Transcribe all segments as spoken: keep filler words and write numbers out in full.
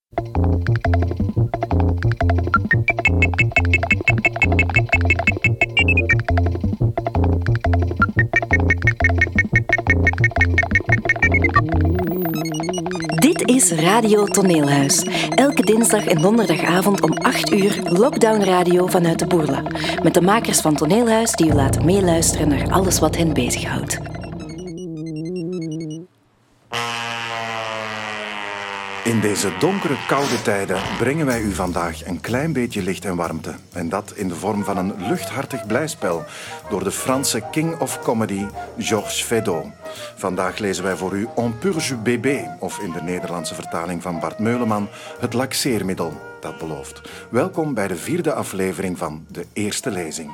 Dit is Radio Toneelhuis. Elke dinsdag en donderdagavond om acht uur Lockdown Radio vanuit de Boerla. Met de makers van Toneelhuis die u laten meeluisteren naar alles wat hen bezighoudt. In deze donkere, koude tijden brengen wij u vandaag een klein beetje licht en warmte. En dat in de vorm van een luchthartig blijspel door de Franse King of Comedy, Georges Feydeau. Vandaag lezen wij voor u On Purge Bébé, of in de Nederlandse vertaling van Bart Meuleman, het laxeermiddel dat belooft. Welkom bij de vierde aflevering van de eerste lezing.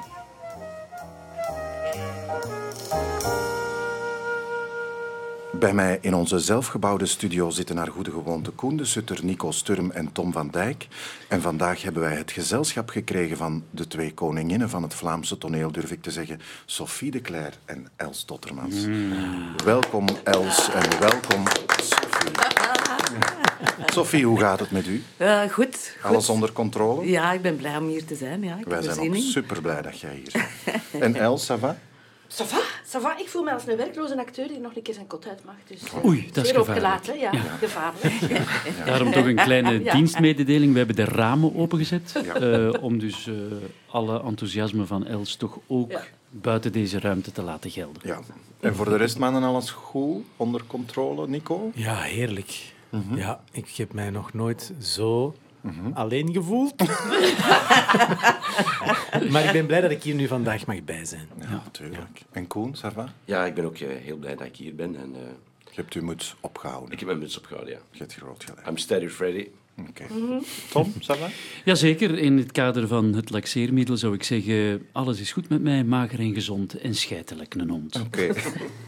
Bij mij in onze zelfgebouwde studio zitten naar goede gewoonte Koen de Sutter, Nico Sturm en Tom van Dijk. En vandaag hebben wij het gezelschap gekregen van de twee koninginnen van het Vlaamse toneel, durf ik te zeggen, Sophie de Cler en Els Dottermans. Mm. Welkom Els en welkom Sophie. Sophie, hoe gaat het met u? Uh, goed, goed. Alles onder controle? Ja, ik ben blij om hier te zijn. Ja, ik wij zijn ook super blij dat jij hier bent. En Els, ça va? Ça va, ça va. Ik voel me als een werkloze acteur die nog een keer zijn kot uit mag. Dus, uh, Oei, dat is gevaarlijk. Opgelaten, ja, ja. gevaarlijk. Ja. Ja. Daarom toch een kleine ja. dienstmededeling. We hebben de ramen opengezet, ja. uh, om dus uh, alle enthousiasme van Els toch ook ja. buiten deze ruimte te laten gelden. Ja. En voor de rest, mannen, alles goed? Onder controle, Nico? Ja, heerlijk. Mm-hmm. Ja, ik heb mij nog nooit zo... Mm-hmm. alleen gevoeld. Maar ik ben blij dat ik hier nu vandaag mag bij zijn. Ja, natuurlijk. Ja. En Koen, ça va? Ja, ik ben ook uh, heel blij dat ik hier ben. En, uh, je hebt uw muts opgehouden. Ik heb mijn muts opgehouden, ja. Je hebt groot gelijk. I'm steady Freddy. Oké. Okay. Mm-hmm. Tom, ça va? Jazeker, in het kader van het laxeermiddel zou ik zeggen... alles is goed met mij, mager en gezond en scheidelijk een hond. Oké. Okay.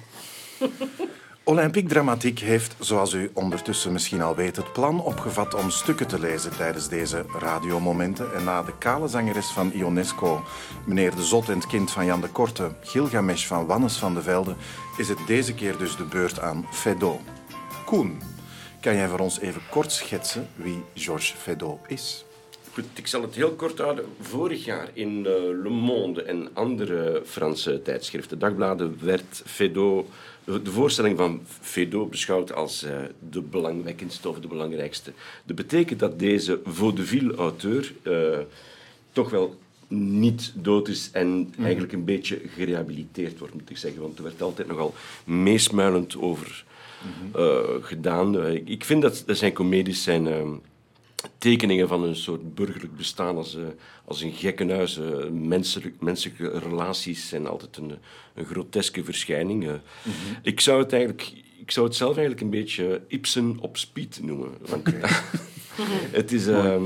Olympique Dramatiek heeft, zoals u ondertussen misschien al weet, het plan opgevat om stukken te lezen tijdens deze radiomomenten. En na de kale zangeres van Ionesco, meneer De Zot en het kind van Jan de Korte, Gilgamesh van Wannes van de Velde, is het deze keer dus de beurt aan Feydeau. Koen, kan jij voor ons even kort schetsen wie Georges Feydeau is? Goed, ik zal het heel kort houden. Vorig jaar in uh, Le Monde en andere Franse tijdschriften, dagbladen, werd Feydeau... de voorstelling van Feydeau beschouwd als uh, de belangwekkendste of de belangrijkste. Dat betekent dat deze vaudeville-auteur uh, toch wel niet dood is en mm. eigenlijk een beetje gerehabiliteerd wordt, moet ik zeggen. Want er werd altijd nogal meesmuilend over uh, gedaan. Uh, ik vind dat, dat zijn comedies zijn... Uh, tekeningen van een soort burgerlijk bestaan als, uh, als een gekkenhuis. Uh, menselijk, menselijke relaties zijn altijd een, een groteske verschijning. Uh, mm-hmm. ik, zou het eigenlijk, ik zou het zelf eigenlijk een beetje Ibsen op speed noemen. Okay. het, is, uh,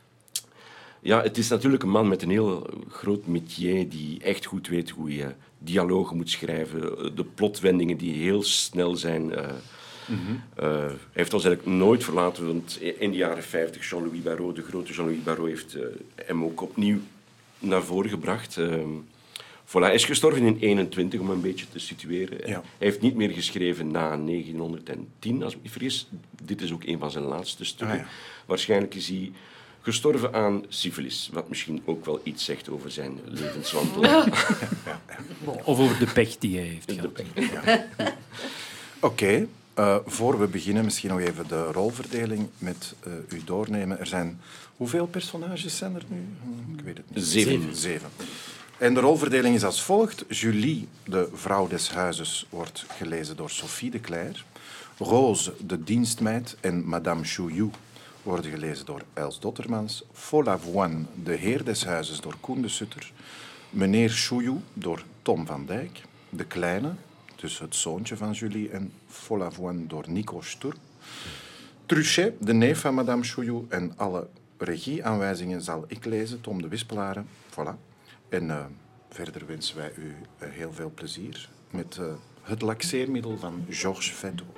ja, het is natuurlijk een man met een heel groot métier die echt goed weet hoe je dialogen moet schrijven. De plotwendingen die heel snel zijn... Uh, Mm-hmm. Uh, hij heeft ons eigenlijk nooit verlaten, want in de jaren vijftig, Jean-Louis Barrault, de grote Jean-Louis Barrault, heeft uh, hem ook opnieuw naar voren gebracht. Uh, voilà, hij is gestorven in eenentwintig, om een beetje te situeren. Ja. Hij heeft niet meer geschreven na negentien, als ik me niet vergis. Dit is ook een van zijn laatste stukken. Ah, ja. Waarschijnlijk is hij gestorven aan syfilis, wat misschien ook wel iets zegt over zijn levenswandel. Ja. Ja. Of over de pech die hij heeft gehad. Ja. Oké. Okay. Uh, voor we beginnen, misschien nog even de rolverdeling met uh, u doornemen. Er zijn... Hoeveel personages zijn er nu? Ik weet het niet. Zeven. Zeven. En de rolverdeling is als volgt. Julie, de vrouw des huizes, wordt gelezen door Sophie de Cler. Rose, de dienstmeid, en Madame Chouillou worden gelezen door Els Dottermans. Follavoine, de heer des huizes, door Koen de Sutter. Meneer Chouillou, door Tom van Dijk. De kleine... dus het zoontje van Julie en Follavoine door Nico Sturm. Truchet, de neef van Madame Chouillou, en alle regieaanwijzingen zal ik lezen, Tom de Wispelaren. Voilà. En uh, verder wensen wij u uh, heel veel plezier met uh, het laxeermiddel van Georges Feydeau.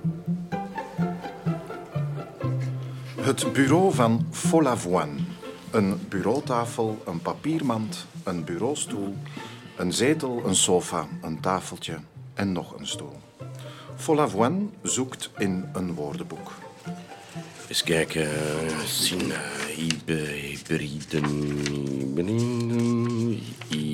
Het bureau van Follavoine. een bureautafel, een papiermand, een bureaustoel, een zetel, een sofa, een tafeltje en nog een stoel. Follavoine zoekt in een woordenboek. Eens kijken. Zien. Hybriden. Hybriden.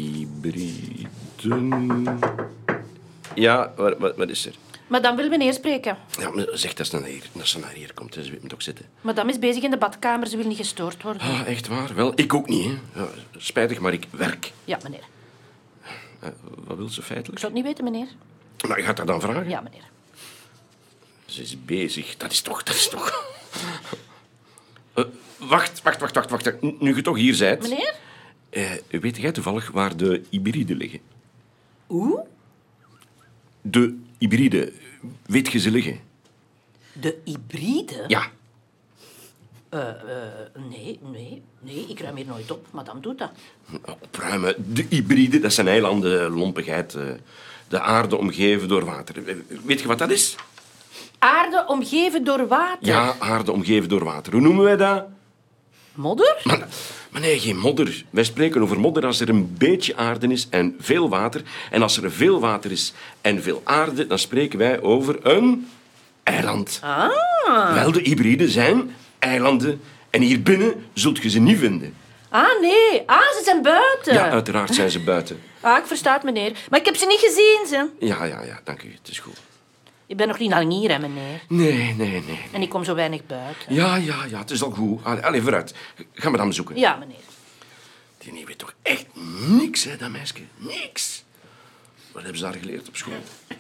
Hybriden. Ja, wat, wat, wat is er? Madame wil meneer spreken. Ja, maar zeg dat ze naar hier, dat ze naar hier komt. Ze weet me toch zitten. Madame is bezig in de badkamer. Ze wil niet gestoord worden. Ah, echt waar? Wel, ik ook niet. Hè. Ja, spijtig, maar ik werk. Ja, meneer. Uh, wat wil ze feitelijk? Ik zou het niet weten, meneer. Maar je gaat haar dan vragen? Ja, meneer. Ze is bezig. Dat is toch... Dat is toch... uh, wacht, wacht, wacht, wacht, wacht. Nu je toch hier bent... Meneer? Uh, weet jij toevallig waar de hybriden liggen? Hoe? De hybriden. Weet je ze liggen? De hybride? Ja. Uh, uh, nee, nee, nee. Ik ruim hier nooit op. Madame doet dat. Opruimen. De hybriden, dat zijn eilanden, lompigheid. Uh, de aarde omgeven door water. Weet je wat dat is? Aarde omgeven door water. Ja, aarde omgeven door water. Hoe noemen wij dat? Modder? Maar, maar nee, geen modder. Wij spreken over modder als er een beetje aarde is en veel water. En als er veel water is en veel aarde, dan spreken wij over een eiland. Ah. Wel, de hybriden zijn eilanden. En hier binnen zult je ze niet vinden. Ah, nee. Ah, ze zijn buiten. Ja, uiteraard zijn ze buiten. Ah, ik versta het, meneer. Maar ik heb ze niet gezien, ze. Ja, ja, ja, dank u. Het is goed. Je bent nog niet lang hier, hè, meneer. Nee, nee, nee. En ik kom zo weinig buiten. Ja, ja, ja, het is al goed. Allee, allee vooruit. Ga me dan bezoeken. Ja, meneer. Die niet weet toch echt niks, hè, dat meisje. Niks. Wat hebben ze daar geleerd op school?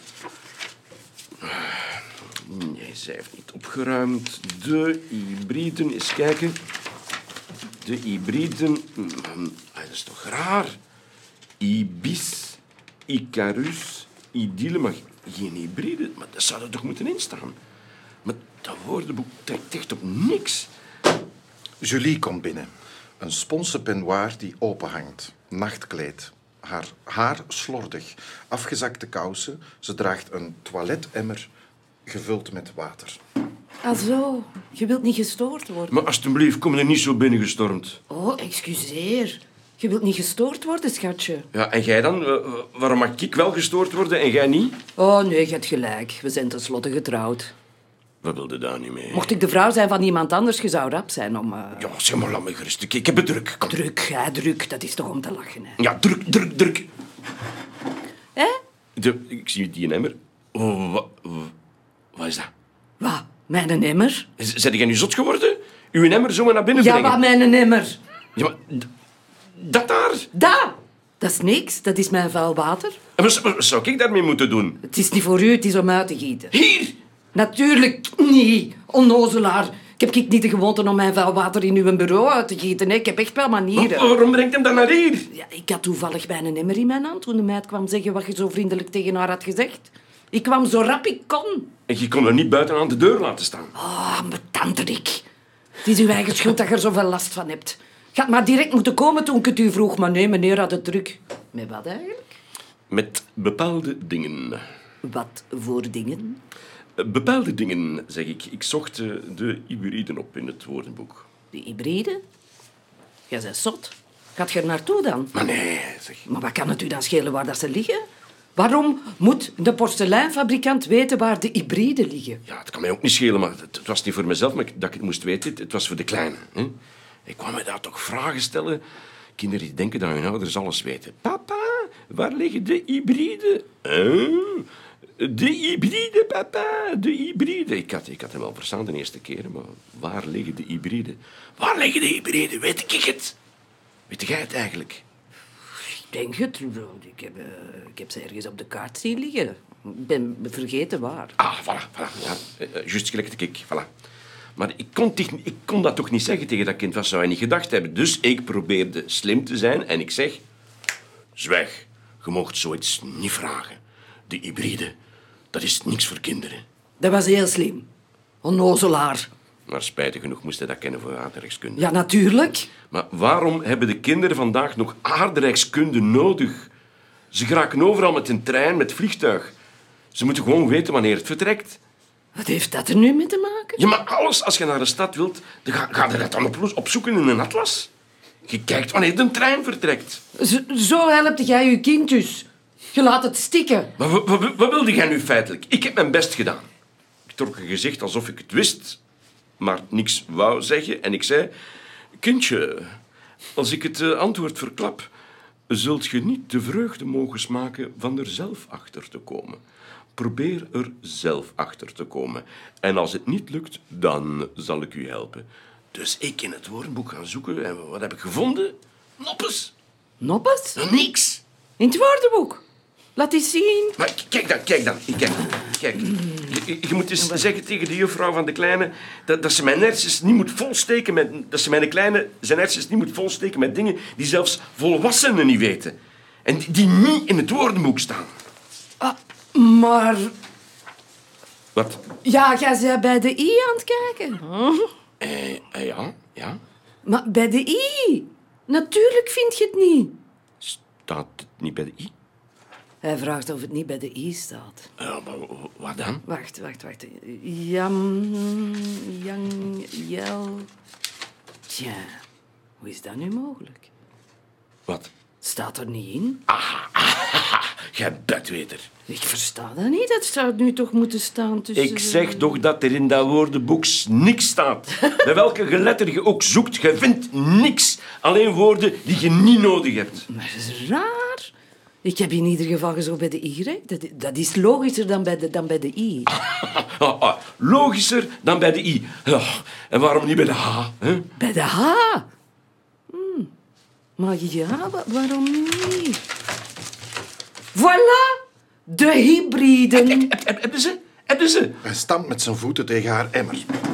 Nee, zij heeft niet opgeruimd. De hybriden, eens kijken. De hybriden... Dat is toch raar? Ibis, Icarus, Idylle, maar geen hybride. Maar dat zou er toch moeten instaan? Maar dat woordenboek trekt echt op niks. Julie komt binnen. Een sponsen peignoir die openhangt. Nachtkleed. Haar haar slordig. Afgezakte kousen. Ze draagt een toiletemmer gevuld met water. Ah zo, je wilt niet gestoord worden. Maar alsjeblieft, kom er niet zo binnengestormd. Oh, excuseer. Je wilt niet gestoord worden, schatje. Ja, en jij dan? Waarom mag ik wel gestoord worden en jij niet? Oh nee, je hebt gelijk. We zijn tenslotte getrouwd. Wat wilde daar niet mee? Mocht ik de vrouw zijn van iemand anders, je zou rap zijn om... Uh... Ja, zeg maar, laat me gerust. Ik, ik heb het druk. Kom. Druk, hè, druk. Dat is toch om te lachen, hè. Ja, druk, druk, druk. Hè? De, ik zie die emmer. Oh, wat, wat is dat? Wat? Mijn emmer? Zijn jij nu zot geworden? Uw emmer zomaar naar binnen Ja, brengen? wat mijn emmer? Ja, maar... d- Dat daar? Daar! Dat is niks. Dat is mijn vuil water. En wat, wat zou ik daarmee moeten doen? Het is niet voor u, het is om uit te gieten. Hier! Natuurlijk niet, onnozelaar. Ik heb ik niet de gewoonte om mijn vuil water in uw bureau uit te gieten. Hè. Ik heb echt wel manieren. Wa- Waarom brengt hem dan naar hier? Ja, ik had toevallig bijna een emmer in mijn hand toen de meid kwam zeggen wat je zo vriendelijk tegen haar had gezegd. Ik kwam zo rap ik kon. En je kon er niet buiten aan de deur laten staan. Ah, mijn tanterik. Het is uw eigen schuld dat je er zoveel last van hebt. Je had maar direct moeten komen toen ik het u vroeg. Maar nee, meneer had het druk. Met wat eigenlijk? Met bepaalde dingen. Wat voor dingen? Eh, Bepaalde dingen, zeg ik. Ik zocht eh, de hybriden op in het woordenboek. De hybride? Jij bent zot. Gaat je er naartoe dan? Maar nee, zeg. Maar wat kan het u dan schelen waar dat ze liggen? Waarom moet de porseleinfabrikant weten waar de hybriden liggen? Ja, het kan mij ook niet schelen, maar het, het was niet voor mezelf maar dat ik het moest weten. Het, het was voor de kleine. Hè? Ik kwam me daar toch vragen stellen. Kinderen die denken dat hun ouders alles weten. Papa, waar liggen de hybriden? Huh? De hybride, papa, de hybride. Ik had, ik had hem wel verstaan de eerste keer, maar waar liggen de hybriden? Waar liggen de hybriden? Weet ik het? Weet jij het eigenlijk? Ik denk het. Ik heb, uh, ik heb ze ergens op de kaart zien liggen. Ik ben vergeten waar. Ah, voilà, voilà. Ja, uh, juist gelijk de kik, voilà. Maar ik kon, dich, ik kon dat toch niet zeggen tegen dat kind, wat zou hij niet gedacht hebben. Dus ik probeerde slim te zijn en ik zeg... Zwijg, je mocht zoiets niet vragen. De hybride, dat is niks voor kinderen. Dat was heel slim. Onnozelaar. Maar spijtig genoeg moest hij dat kennen voor aardrijkskunde. Ja, natuurlijk. Maar waarom hebben de kinderen vandaag nog aardrijkskunde nodig? Ze geraken overal met een trein, met vliegtuig. Ze moeten gewoon weten wanneer het vertrekt. Wat heeft dat er nu mee te maken? Ja, maar alles, als je naar de stad wilt, dan ga, ga je dat dan op, opzoeken in een atlas. Je kijkt wanneer de trein vertrekt. Zo, zo helpt jij je kind dus. Je laat het stikken. Maar wat, wat, wat wilde jij nu feitelijk? Ik heb mijn best gedaan. Ik trok een gezicht alsof ik het wist, maar niks wou zeggen. En ik zei... Kindje, als ik het antwoord verklap, zult je niet de vreugde mogen smaken van er zelf achter te komen. Probeer er zelf achter te komen. En als het niet lukt, dan zal ik u helpen. Dus ik in het woordenboek gaan zoeken. En wat heb ik gevonden? Noppes. Noppes? Niks. In het woordenboek. Laat eens zien. Maar kijk dan, kijk dan. Kijk, kijk. Je, je moet eens zeggen tegen de juffrouw van de kleine dat, dat ze mijn hersens niet moet volsteken met... Dat ze mijn kleine zijn hersens niet moet volsteken met dingen die zelfs volwassenen niet weten. En die, die niet in het woordenboek staan. Ah, maar... Wat? Ja, jij bent bij de I aan het kijken. Eh, eh, ja, ja. Maar bij de I? Natuurlijk vind je het niet. Staat het niet bij de I? Hij vraagt of het niet bij de I staat. Ja, maar wat dan? Wacht, wacht, wacht. Jam... Yang... Jel... Tja, hoe is dat nu mogelijk? Wat? Staat er niet in? Jij bedweter. Ik versta dat niet. Dat zou nu toch moeten staan tussen... Ik zeg toch dat er in dat woordenboek niks staat. Bij welke geletter je ook zoekt, je vindt niks. Alleen woorden die je niet nodig hebt. Maar dat is raar. Ik heb in ieder geval gezocht bij de Y. Dat, dat is logischer dan bij de, dan bij de I. Ah, ah, logischer dan bij de I. Ja, en waarom niet bij de H? Hè? Bij de H? Hmm. Maar ja, wa- waarom niet? Voilà! De hybriden. Heb, heb, hebben ze? Hebben ze? Hij stampt met zijn voeten tegen haar emmer.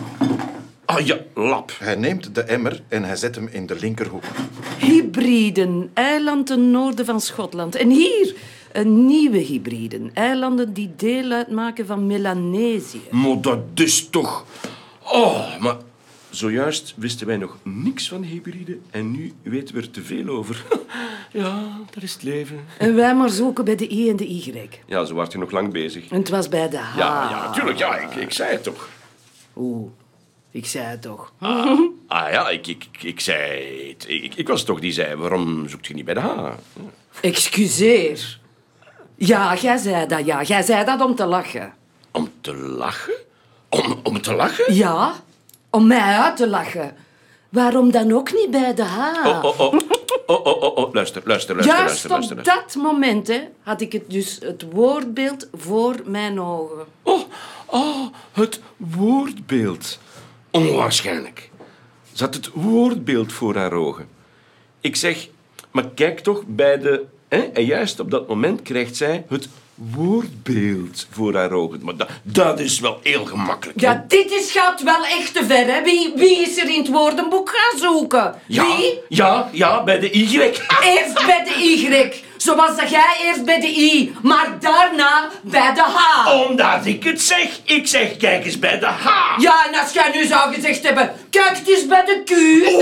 Ah ja, lap. Hij neemt de emmer en hij zet hem in de linkerhoek. Hybriden, eiland ten noorden van Schotland. En hier, een nieuwe hybriden. Eilanden die deel uitmaken van Melanesië. Maar dat is toch... Oh, maar zojuist wisten wij nog niks van hybride en nu weten we er te veel over. Ja, dat is het leven. En wij maar zoeken bij de I en de Y. Ja, zo was je nog lang bezig. En het was bij de H. Ja, ja, natuurlijk. Ja, ik, ik zei het toch. Oeh, ik zei het toch. Ah, ah ja, ik, ik, ik zei het. Ik, ik was toch die zei, waarom zoekt je niet bij de H? Excuseer. Ja, jij zei dat, ja. Jij zei dat om te lachen. Om te lachen? Om, om te lachen? Ja, om mij uit te lachen. Waarom dan ook niet bij de H? Oh, oh, oh. Oh, oh, oh, oh. Luister, luister, luister, Juist luister, luister. op luister. dat moment hè, had ik het dus het woordbeeld voor mijn ogen. Oh, oh, het woordbeeld. Onwaarschijnlijk. Ze had het woordbeeld voor haar ogen. Ik zeg, maar kijk toch bij de... Hè? En juist op dat moment krijgt zij het woordbeeld voor haar ogen. Maar dat, dat is wel heel gemakkelijk. hè? Ja, dit is, gaat wel echt te ver, hè. Wie, wie is er in het woordenboek gaan zoeken? Ja, Wie? ja, ja, bij de Y. Eerst bij de Y, zoals dat jij eerst bij de I, maar daarna bij de H. Omdat ik het zeg. Ik zeg, kijk eens bij de H. Ja, en als jij nu zou gezegd hebben, kijk het eens bij de Q.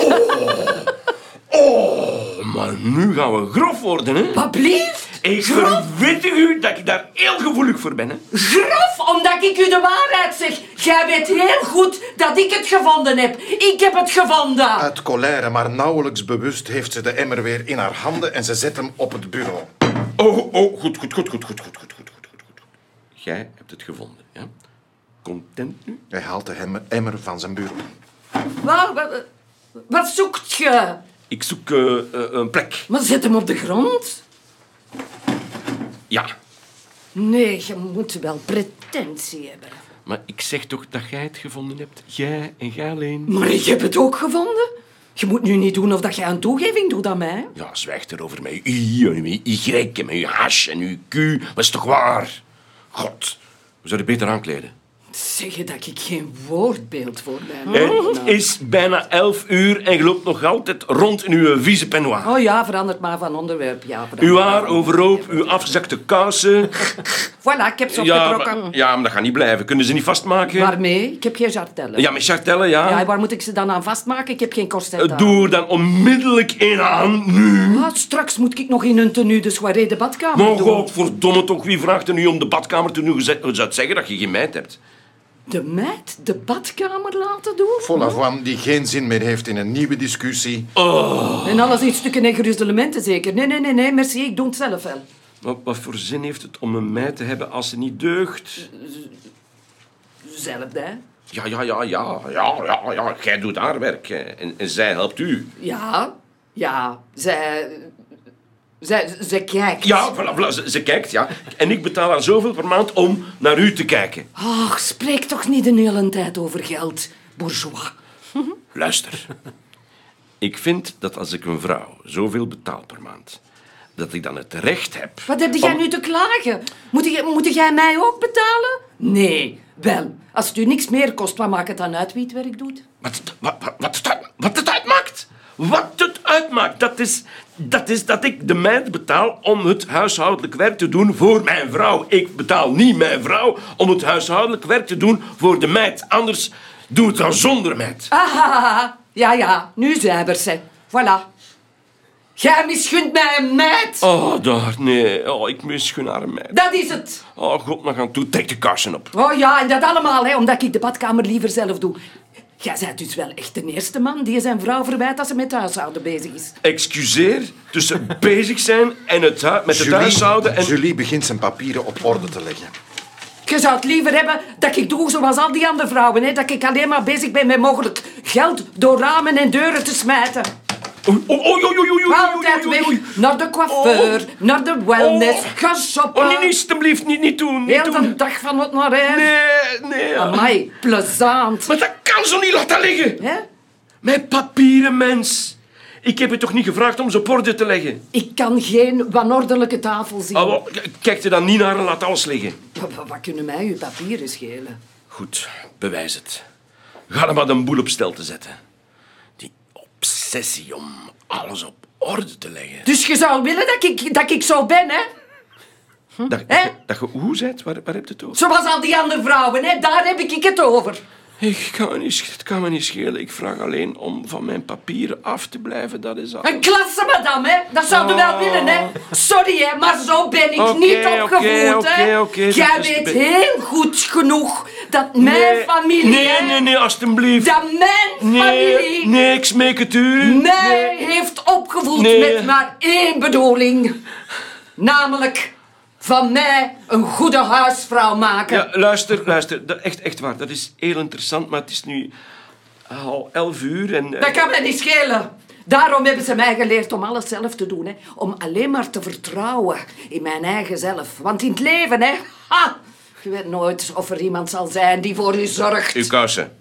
Oh, maar nu gaan we grof worden, hè? Wat blieft? Ik verwittig u dat ik daar heel gevoelig voor ben, hè? Grof, omdat ik u de waarheid zeg. Jij weet heel goed dat ik het gevonden heb. Ik heb het gevonden. Uit colère, maar nauwelijks bewust, heeft ze de emmer weer in haar handen en ze zet hem op het bureau. Oh, oh, goed, goed, goed, goed, goed, goed, goed, goed, goed, goed. Jij hebt het gevonden, ja? Content nu? Hij haalt de hemmer- emmer van zijn bureau. Wat, wat, wat zoekt je? Ik zoek uh, uh, een plek. Maar zet hem op de grond. Ja, Nee, je moet wel pretentie hebben. maar ik zeg toch dat jij het gevonden hebt? Jij en jij alleen? Maar ik heb het ook gevonden. Je moet nu niet doen of dat jij een toegeving doet aan mij. Ja, zwijg erover met je I en je Y en met je H en je Q. Dat is toch waar? God, we zouden beter aankleden. Zeg je dat ik geen woordbeeld voor mij heb? Het is bijna elf uur en je loopt nog altijd rond in uw vieze peignoir. Oh ja, verandert maar van onderwerp. Ja, verandert Uw maar haar van overhoop, uw afgezakte kousen. Voilà, ik heb ze Ja opgetrokken. maar, ja, maar dat gaat niet blijven. Kunnen ze niet vastmaken? Waarmee? Ik heb geen jartellen. Ja, met chartellen, ja. Ja, waar moet ik ze dan aan vastmaken? Ik heb geen corset Eh, aan. Doe er dan onmiddellijk een aan, nu. Ah, straks moet ik nog in een tenue de soirée de badkamer Maar doen. godverdomme toch, wie vraagt er nu om de badkamer te doen? Je zou zeggen dat je geen meid hebt. De meid de badkamer laten doen? Follavoine die geen zin meer heeft in een nieuwe discussie. En alles in stukken en gruzelementen zeker? Nee, nee, nee, nee, merci, ik doe het zelf wel. Wat, wat voor zin heeft het om een meid te hebben als ze niet deugt? Zelf, hè? Ja, ja, ja, ja, ja, ja, ja. Jij doet haar werk hè. En, en zij helpt u. Ja, ja, zij... Zij, zij kijkt. Ja, voilà, voilà, ze, ze kijkt, ja. En ik betaal haar zoveel per maand om naar u te kijken. Ach, spreek toch niet de hele tijd over geld, bourgeois. Luister. Ik vind dat als ik een vrouw zoveel betaal per maand, dat ik dan het recht heb... Wat heb jij om- nu te klagen? Moet, je, moet jij mij ook betalen? Nee, wel. Als het u niks meer kost, wat maakt het dan uit wie het werk doet? Wat, het- wat, wat, wat, het, uit- wat het uitmaakt? Wat het uitmaakt, dat is, dat is dat ik de meid betaal om het huishoudelijk werk te doen voor mijn vrouw. Ik betaal niet mijn vrouw om het huishoudelijk werk te doen voor de meid. Anders doe het dan zonder meid. Ah, ja, ja, nu zijn ze. Voilà. Jij misgunt mij een meid. Oh, daar, nee. Oh, ik misgun haar een meid. Dat is het. Oh, god, nog aan toe. Trek de kaarsen op. Oh ja, en dat allemaal, hè, omdat ik de badkamer liever zelf doe. Jij bent dus wel echt de eerste man die zijn vrouw verwijt als ze met huishouden bezig is. Excuseer, tussen bezig zijn en het hu- met het Julie, huishouden en... Julie begint zijn papieren op orde te leggen. Je zou het liever hebben dat ik doe zoals al die andere vrouwen. Hè? Dat ik alleen maar bezig ben met mogelijk geld door ramen en deuren te smijten. Oei, oei, oei, oei, oei, oei, oei, Altijd oei, weg oei. naar de coiffeur, naar de wellness, Oh. ga shoppen. Oh, nee, nee, alstublieft, niet, niet doen. Niet Heel de doen. dag van het naar huis. Nee, nee. Amai, plezant. Maar dat kan zo niet laten liggen. Hè? Mijn papieren mens. Ik heb je toch niet gevraagd om ze op orde te leggen? Ik kan geen wanordelijke tafel zien. Ah, wel, k- kijk er dan niet naar en laat alles liggen. Wat, wat kunnen mij uw papieren schelen? Goed, bewijs het. Ga er maar een boel op stel te zetten. Die obsessie om alles op orde te leggen. Dus je zou willen dat ik, dat ik zo ben, hè? Dat, Hè? dat, dat je hoe bent, waar, waar heb je het over? Zoals al die andere vrouwen, hè? Daar heb ik het over. Ik kan me niet, sch- het kan me niet schelen. Ik vraag alleen om van mijn papieren af te blijven, dat is al. Een klasse, madame, hè? Dat zou je wel willen, hè? Sorry, hè, maar zo ben ik Oké, niet oké, opgevoed, hè? oké, oké, Jij dus weet ben- heel goed genoeg dat mijn Nee, familie... Nee, hè, nee, nee, alstublieft. Dat mijn Nee, familie nee, ik smeek het u. mij heeft opgevoed Nee. met maar één bedoeling. Namelijk van mij een goede huisvrouw maken. Ja, luister, luister. Dat, echt, echt waar. Dat is heel interessant, maar het is nu al elf uur en... eh, Dat kan mij niet schelen. Daarom hebben ze mij geleerd om alles zelf te doen. Hè. Om alleen maar te vertrouwen in mijn eigen zelf. Want in het leven, hè, ha, je weet nooit of er iemand zal zijn die voor u zorgt. Uw kousen.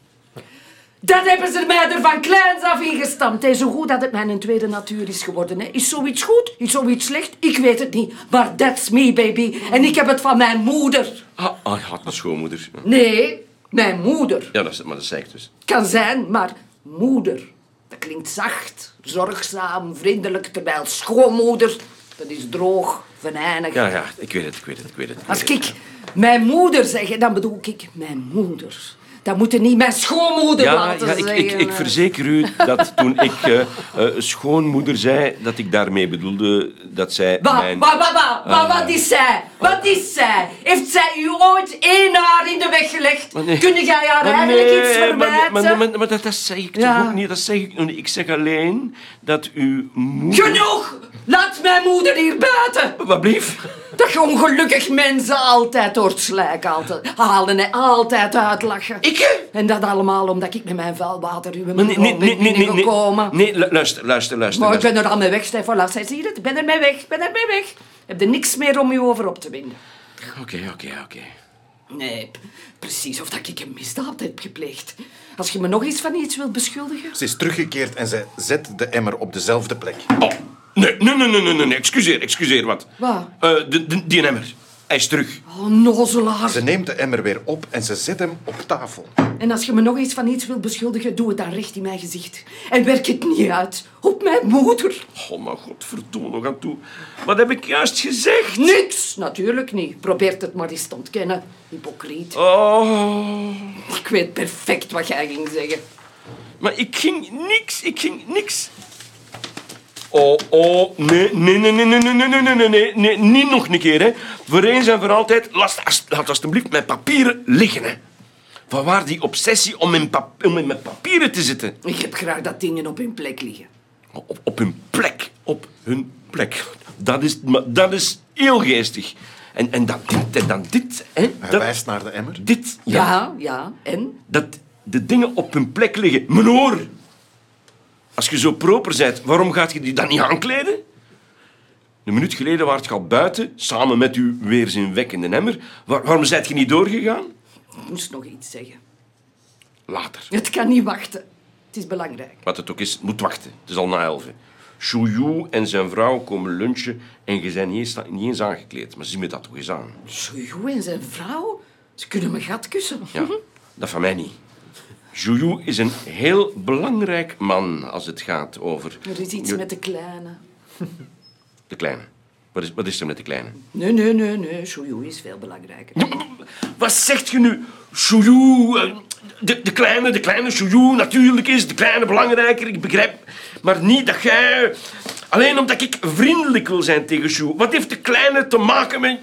Dat hebben ze mij er van kleins af ingestampt. Hè. Zo goed dat het mijn tweede natuur is geworden. Hè. Is zoiets goed? Is zoiets slecht? Ik weet het niet. Maar that's me, baby. En ik heb het van mijn moeder. Ah, ah, ik had een schoonmoeder. Nee, mijn moeder. Ja, dat is, maar dat zei ik dus. Kan zijn, maar moeder. Dat klinkt zacht, zorgzaam, vriendelijk. Terwijl schoonmoeder, dat is droog, venijnig. Ja, ja, ik weet het, ik weet het, ik weet het. ik Als weet het. ik mijn moeder zeg, dan bedoel ik mijn moeder. Dat moet je niet mijn schoonmoeder Ja, laten ja ik, zeggen. ik, ik verzeker u dat toen ik eh, eh, schoonmoeder zei, dat ik daarmee bedoelde dat zij Wat, mijn... wat, wat, wat, wat, wat is zij? Wat is zij? Heeft zij u ooit één haar in de weg gelegd? Maar nee. Kun jij haar Maar eigenlijk nee, iets maar- verwijten? Maar, maar, maar, maar dat, dat zeg ik Ja. toch ook niet. Dat zeg ik nog niet. Ik zeg alleen dat uw moeder... Genoeg! Laat mijn moeder hier buiten! Wat blief? Dat je ongelukkig mensen altijd door het slijk altijd halen en altijd uitlachen. Ik? hè? En dat allemaal omdat ik met mijn vuilwater uw Maar nee, nee, nee, nee, nee, nee. binnengekomen. Nee, lu- luister, luister, luister. Maar ik luister. ben er al mee weg, Stefan. Zij zie je het? Ik ben er mee weg, ik ben er mee weg. Ik heb er niks meer om u over op te winden. Oké, oké, oké. Nee, p- precies of dat ik een misdaad heb gepleegd. Als je me nog eens van iets wilt beschuldigen... Ze is teruggekeerd en ze zet de emmer op dezelfde plek. Oh, nee, nee, nee, nee, nee, nee, nee. Excuseer, excuseer, wat? Wat? Eh, de, de, die emmer. Hij is terug. Oh, nozelaar. Ze neemt de emmer weer op en ze zet hem op tafel. En als je me nog eens van iets wilt beschuldigen, doe het dan recht in mijn gezicht. En werk het niet uit. Op mijn moeder. Oh, maar godverdomme nog aan toe. Wat heb ik juist gezegd? Niks, natuurlijk niet. Probeert het maar eens te ontkennen. Hypocriet. Oh, Ik weet perfect wat jij ging zeggen. maar ik ging niks, ik ging niks. Oh, oh, nee, nee, nee, nee, nee, nee, nee, nee, nee, nee, nee, niet nog een keer, hè. Voor eens en voor altijd, laat, laat alstublieft mijn papieren liggen, hè. Vanwaar die obsessie om in, pap om in met papieren te zitten? Ik heb graag dat dingen op hun plek liggen. Op, op hun plek. Op hun plek. Dat is, maar dat is heel geestig. En, en dan dit en dan dit. Hè? Hij Dat, wijst naar de emmer. dit. Ja, Ja. ja, en? Dat de dingen op hun plek liggen. Meneer, als je zo proper bent, waarom gaat je die dan niet aankleden? Een minuut geleden waart je al buiten, samen met uw weerzinwekkende emmer. Waar, waarom zijt je niet doorgegaan? Ik moest nog iets zeggen. Later. Het kan niet wachten. Het is belangrijk. Wat het ook is, het moet wachten. Het is al na elven. Chouillou en zijn vrouw komen lunchen en je bent niet eens, niet eens aangekleed. Maar zie me dat toch eens aan. Chouillou en zijn vrouw, ze kunnen me gat kussen. Ja, dat van mij niet. Chouillou is een heel belangrijk man als het gaat over... Er is iets Je- met de kleine. De kleine. Wat is, wat is er met de kleine? Nee, nee, nee, nee. Chouillou is veel belangrijker. Wat zegt je nu? Chouillou, eh, de, de kleine, de kleine Chouillou, natuurlijk is de kleine belangrijker, ik begrijp. Maar niet dat jij... Alleen omdat ik vriendelijk wil zijn tegen Chouillou. Wat heeft de kleine te maken met...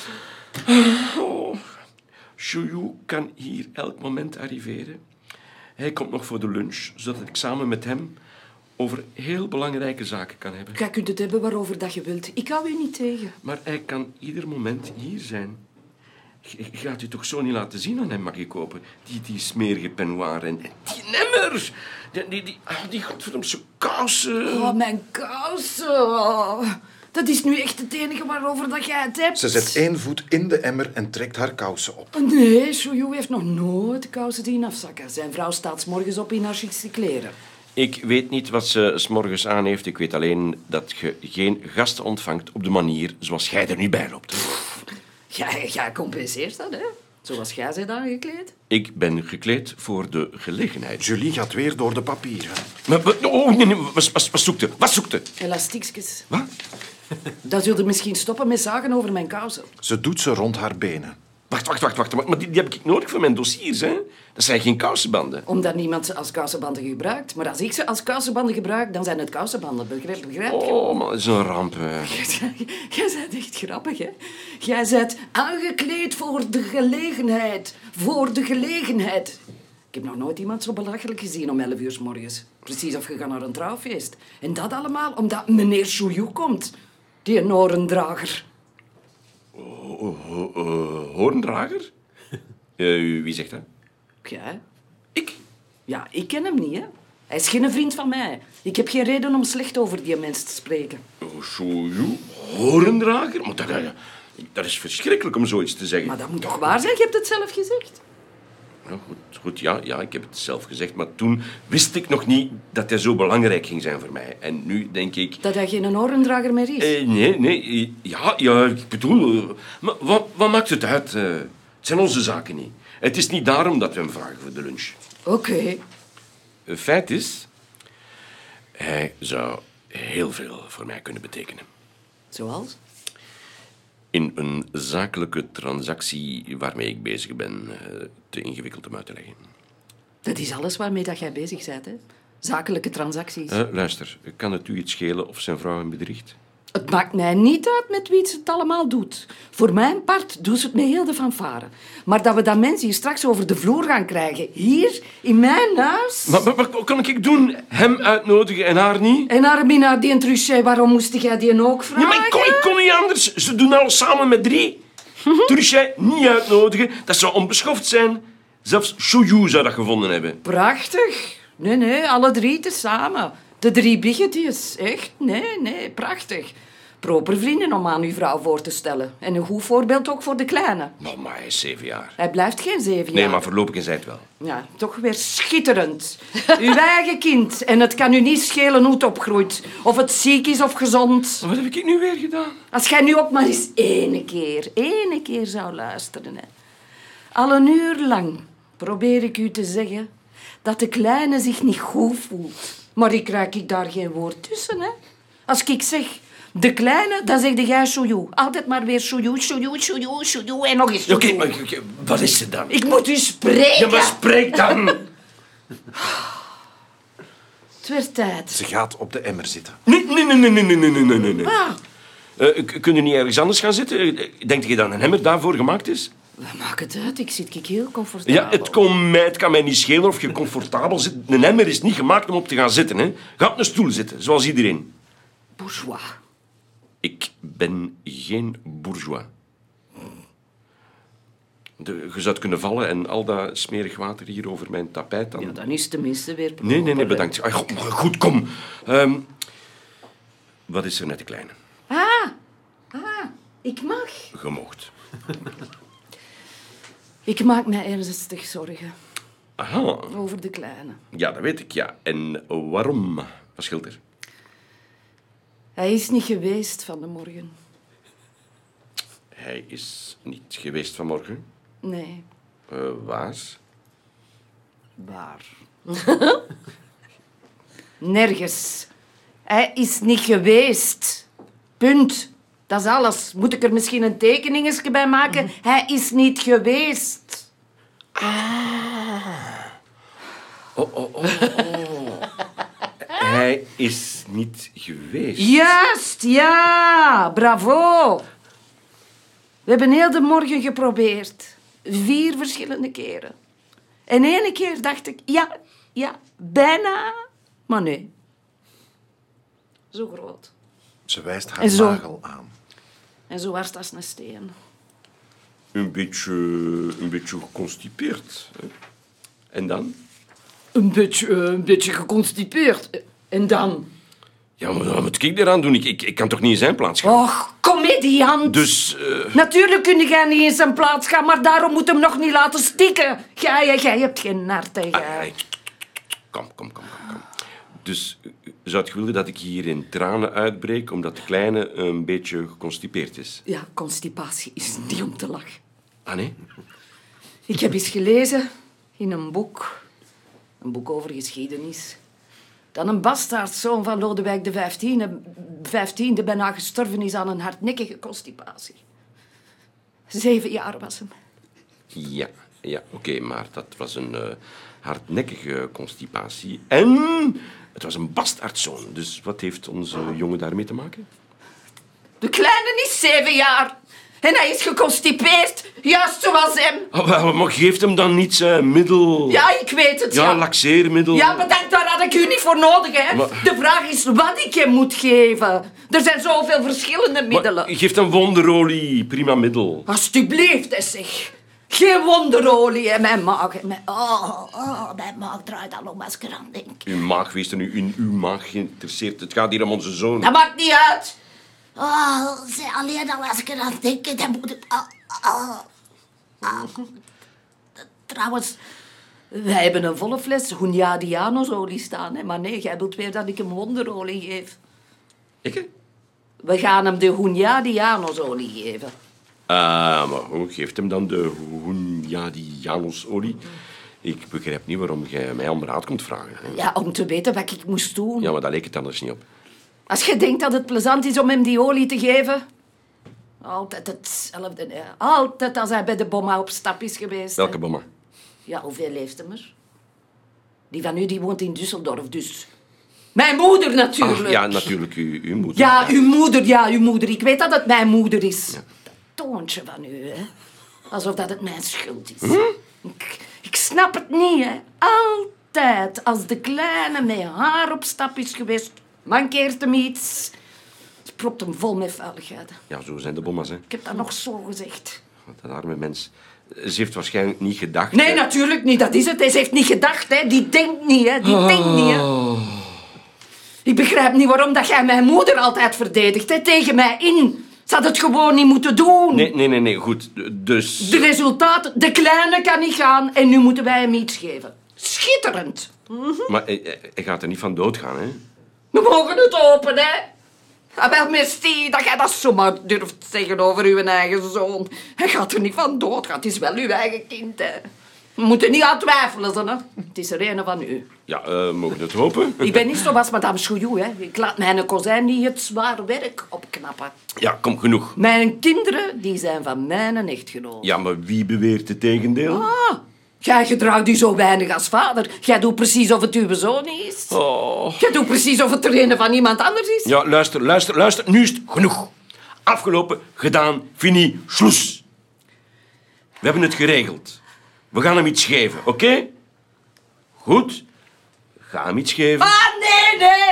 Oh. Oh. Chouillou kan hier elk moment arriveren. Hij komt nog voor de lunch, zodat ik samen met hem over heel belangrijke zaken kan hebben. Jij kunt het hebben waarover dat je wilt. Ik hou u niet tegen. Maar hij kan ieder moment hier zijn. Je je gaat u toch zo niet laten zien aan hem, mag ik kopen? Die, die smerige peignoir en, en die nemmer. Die, die, die, ah, die godverdomse kousen. Oh, mijn kousen. Oh, dat is nu echt het enige waarover dat jij het hebt. Ze zet één voet in de emmer en trekt haar kousen op. Nee, Chouillou heeft nog nooit kousen zien afzakken. Zijn vrouw staat 's morgens op in haar chicste kleren. Ik weet niet wat ze 's morgens aan heeft. Ik weet alleen dat je geen gasten ontvangt op de manier zoals jij er nu bij loopt. Jij, jij compenseert dat, hè? Zoals jij bent aangekleed. Ik ben gekleed voor de gelegenheid. Julie gaat weer door de papieren. Maar, wat- oh, nee, nee, wat, wat, wat zoekt je? Wat zoekt je? Elastiekjes. Wat? Dan zult je misschien stoppen met zagen over mijn kousen. Ze doet ze rond haar benen. Wacht, wacht, wacht, wacht. Maar die, die heb ik nodig voor mijn dossiers, hè? Dat zijn geen kousenbanden. Omdat niemand ze als kousenbanden gebruikt. Maar als ik ze als kousenbanden gebruik, dan zijn het kousenbanden. Begrijp, begrijp je? Oh, maar dat is een ramp. hè. Jij bent echt grappig, hè? Jij bent aangekleed voor de gelegenheid. Voor de gelegenheid. Ik heb nog nooit iemand zo belachelijk gezien om elf uur 's morgens. Precies of je gaat naar een trouwfeest. En dat allemaal omdat meneer Chouillou komt. Die norendrager. Oh, oh, oh, hoorndrager? Eh, wie zegt dat? Jij? Ik? Ja, ik ken hem niet, hè? Hij is geen vriend van mij. Ik heb geen reden om slecht over die mens te spreken. Oh, Chouillou? Hoorndrager? Maar dat, dat, dat is verschrikkelijk om zoiets te zeggen. Maar dat moet toch waar zijn? Je hebt het zelf gezegd. Ja, goed, goed ja, ja, ik heb het zelf gezegd. Maar toen wist ik nog niet dat hij zo belangrijk ging zijn voor mij. En nu denk ik... Dat hij geen norendrager meer is. Eh, nee, nee. eh, Ja, ja, ik bedoel... eh, maar wat, wat maakt het uit? eh? het zijn onze zaken niet. Het is niet daarom dat we hem vragen voor de lunch. Oké. Het feit is... Hij zou heel veel voor mij kunnen betekenen. Zoals? In een zakelijke transactie waarmee ik bezig ben, eh, te ingewikkeld om uit te leggen. Dat is alles waarmee dat jij bezig bent, hè? Zakelijke transacties. Eh, luister, kan het u iets schelen of zijn vrouw hem bedriegt? Het maakt mij niet uit met wie ze het allemaal doet. Voor mijn part doet ze het met heel de fanfare. Maar dat we dat mensen hier straks over de vloer gaan krijgen, hier, in mijn huis... Maar, maar wat kan ik doen? Hem uitnodigen en haar niet? En Armina, die Truchet, waarom moest jij die ook vragen? Ja, maar ik kon, ik kon niet anders. Ze doen alles samen met drie. Truchet niet uitnodigen, dat zou onbeschoft zijn. Zelfs Chouillou zou dat gevonden hebben. Prachtig. Nee, nee, alle drie tezamen. De drie biggetjes, echt? Nee, nee, prachtig. Proper vrienden om aan uw vrouw voor te stellen. En een goed voorbeeld ook voor de kleine. Maar, maar hij is zeven jaar. Hij blijft geen zeven jaar. Nee, maar voorlopig is hij het wel. Ja, toch weer schitterend. Uw eigen kind. En het kan u niet schelen hoe het opgroeit. Of het ziek is of gezond. Wat heb ik nu weer gedaan? Als jij nu ook maar eens ene keer, ene keer zou luisteren. Hè. Al een uur lang probeer ik u te zeggen dat de kleine zich niet goed voelt. Maar ik raak ik daar geen woord tussen. Hè. Als ik zeg de kleine, dan zeg jij Chouillou. Altijd maar weer Chouillou, Chouillou, Chouillou, Chouillou en nog eens Oké, Chouillou. maar oké, wat is het dan? Ik moet u spreken. Ja, maar spreek dan. Het werd tijd. Ze gaat op de emmer zitten. Nee, nee, nee, nee, nee, nee, nee, nee, nee. Ah, Uh, k- kun je niet ergens anders gaan zitten? Denk je dat een hemmer daarvoor gemaakt is? Wat maakt het uit? Ik zit kijk heel comfortabel. Ja, het, kon mij, het kan mij niet schelen of je comfortabel zit. Een emmer is niet gemaakt om op te gaan zitten. Hè. Ga op een stoel zitten, zoals iedereen. Bourgeois. Ik ben geen bourgeois. De, je zou kunnen vallen en al dat smerig water hier over mijn tapijt... Dan... Ja, dan is het tenminste weer... Nee, nee, nee, bedankt. Ah, goed, goed, kom. Um, wat is er met de kleine? Ah, ah, ik mag. Je moogt. Ik maak mij ernstig zorgen. Aha. Over de kleine. Ja, dat weet ik, ja. En waarom? Wat scheelt er? Hij is niet geweest van de morgen. Hij is niet geweest vanmorgen. Nee. Uh, waar? Waar? Nergens. Hij is niet geweest. Punt. Dat is alles. Moet ik er misschien een tekeningetje bij maken? Mm. Hij is niet geweest. Ah. Oh, oh, oh, oh. Hij is niet geweest. Juist, ja. Bravo. We hebben heel de morgen geprobeerd. Vier verschillende keren. En ene keer dacht ik, ja, ja, bijna. Maar nee. Zo groot. Ze wijst haar En zo. nagel aan. En zo hard als een steen. Een beetje, een beetje geconstipeerd. Hè? En dan? Een beetje, uh, een beetje geconstipeerd. En dan? Ja, maar wat moet ik eraan doen? Ik, ik, ik kan toch niet in zijn plaats gaan? Och, comediant. Dus... Uh... Natuurlijk kun jij niet in zijn plaats gaan, maar daarom moet hem nog niet laten stikken. Jij, jij hebt geen hart, hè, jij. Ah, nee. Kom, kom, kom, kom, kom. Dus zou je willen dat ik hier in tranen uitbreek omdat de kleine een beetje geconstipeerd is? Ja, constipatie is niet om te lachen. Ah, nee? Ik heb eens gelezen in een boek, een boek over geschiedenis, dat een bastaardzoon van Lodewijk de vijftiende, vijftiende bijna gestorven is aan een hardnekkige constipatie. Zeven jaar was hem. Ja, ja, oké, okay, maar dat was een uh, hardnekkige constipatie. En het was een bastaardzoon. Dus wat heeft onze jongen daarmee te maken? De kleine is zeven jaar. En hij is geconstipeerd, juist zoals hem. Oh, wel, maar geeft hem dan niet zijn middel? Ja, ik weet het, ja. Ja, laxeermiddel. Ja, bedankt, daar had ik u niet voor nodig, hè. Maar... De vraag is wat ik hem moet geven. Er zijn zoveel verschillende middelen. Maar, geef hem wonderolie, prima middel. Alsjeblieft, hè, zeg. Geen wonderolie in mijn maag. Mijn... Oh, oh, mijn maag draait al om als ik eraan denk. Uw maag, wees er nu in uw maag geïnteresseerd. Het gaat hier om onze zoon. Dat maakt niet uit. Oh, alleen al als ik eraan denk, dan moet ik... Oh, oh, oh. Trouwens, wij hebben een volle fles Hunyadianosolie staan. Hè? Maar nee, jij wilt weer dat ik hem wonderolie geef. Ik? We gaan hem de Hunyadianosolie geven. Ah, maar hoe geeft hem dan de Hunyadianosolie? Ik begrijp niet waarom jij mij om raad komt vragen. Hè? Ja, om te weten wat ik moest doen. Ja, maar dat leek het anders niet op. Als je denkt dat het plezant is om hem die olie te geven... Altijd hetzelfde, hè. Altijd als hij bij de bomma op stap is geweest. Welke hè. bomma? Ja, hoeveel leeft hem er? Die van u die woont in Düsseldorf, dus... Mijn moeder natuurlijk. Ach, ja, natuurlijk, uw, uw moeder. Ja, uw moeder, ja, uw moeder. Ik weet dat het mijn moeder is. Ja. Dat toontje van u, hè. Alsof dat het mijn schuld is. Hm? Ik, ik snap het niet, hè. Altijd, als de kleine met haar op stap is geweest... mankeert hem iets. Ze propt hem vol met vuiligheid. Ja, zo zijn de bomma's, hè. Ik heb dat nog zo gezegd. Dat arme mens. Ze heeft waarschijnlijk niet gedacht... Nee, hè. natuurlijk niet. Dat is het. Ze heeft niet gedacht, hè. Die denkt niet, hè. Die oh. denkt niet, hè. Ik begrijp niet waarom dat jij mijn moeder altijd verdedigt, hè. Tegen mij in. Ze had het gewoon niet moeten doen. Nee, nee, nee, nee. Goed. Dus... De resultaten... De kleine kan niet gaan en nu moeten wij hem iets geven. Schitterend. Mm-hmm. Maar hij, hij gaat er niet van doodgaan, hè. We mogen het open, hè. Ah, wel, Misty, dat jij dat zomaar durft zeggen over uw eigen zoon. Hij gaat er niet van dood. Het is wel uw eigen kind, hè. We moeten niet aan twijfelen, hè. Het is er een van u. Ja, uh, mogen we het hopen? Ik ben niet zoals madame Chouillou, hè. Ik laat mijn kozijn niet het zwaar werk opknappen. Ja, kom, genoeg. Mijn kinderen, die zijn van mijn echtgenoot. Ja, maar wie beweert het tegendeel? Ah, jij gedraagt u zo weinig als vader. Jij doet precies of het uw zoon is. Oh. Jij doet precies of het er een van iemand anders is. Ja, luister, luister, luister. Nu is het genoeg. Afgelopen, gedaan, fini, sloes. We hebben het geregeld. We gaan hem iets geven, oké? Okay? Goed. Ga hem iets geven. Ah, nee, nee.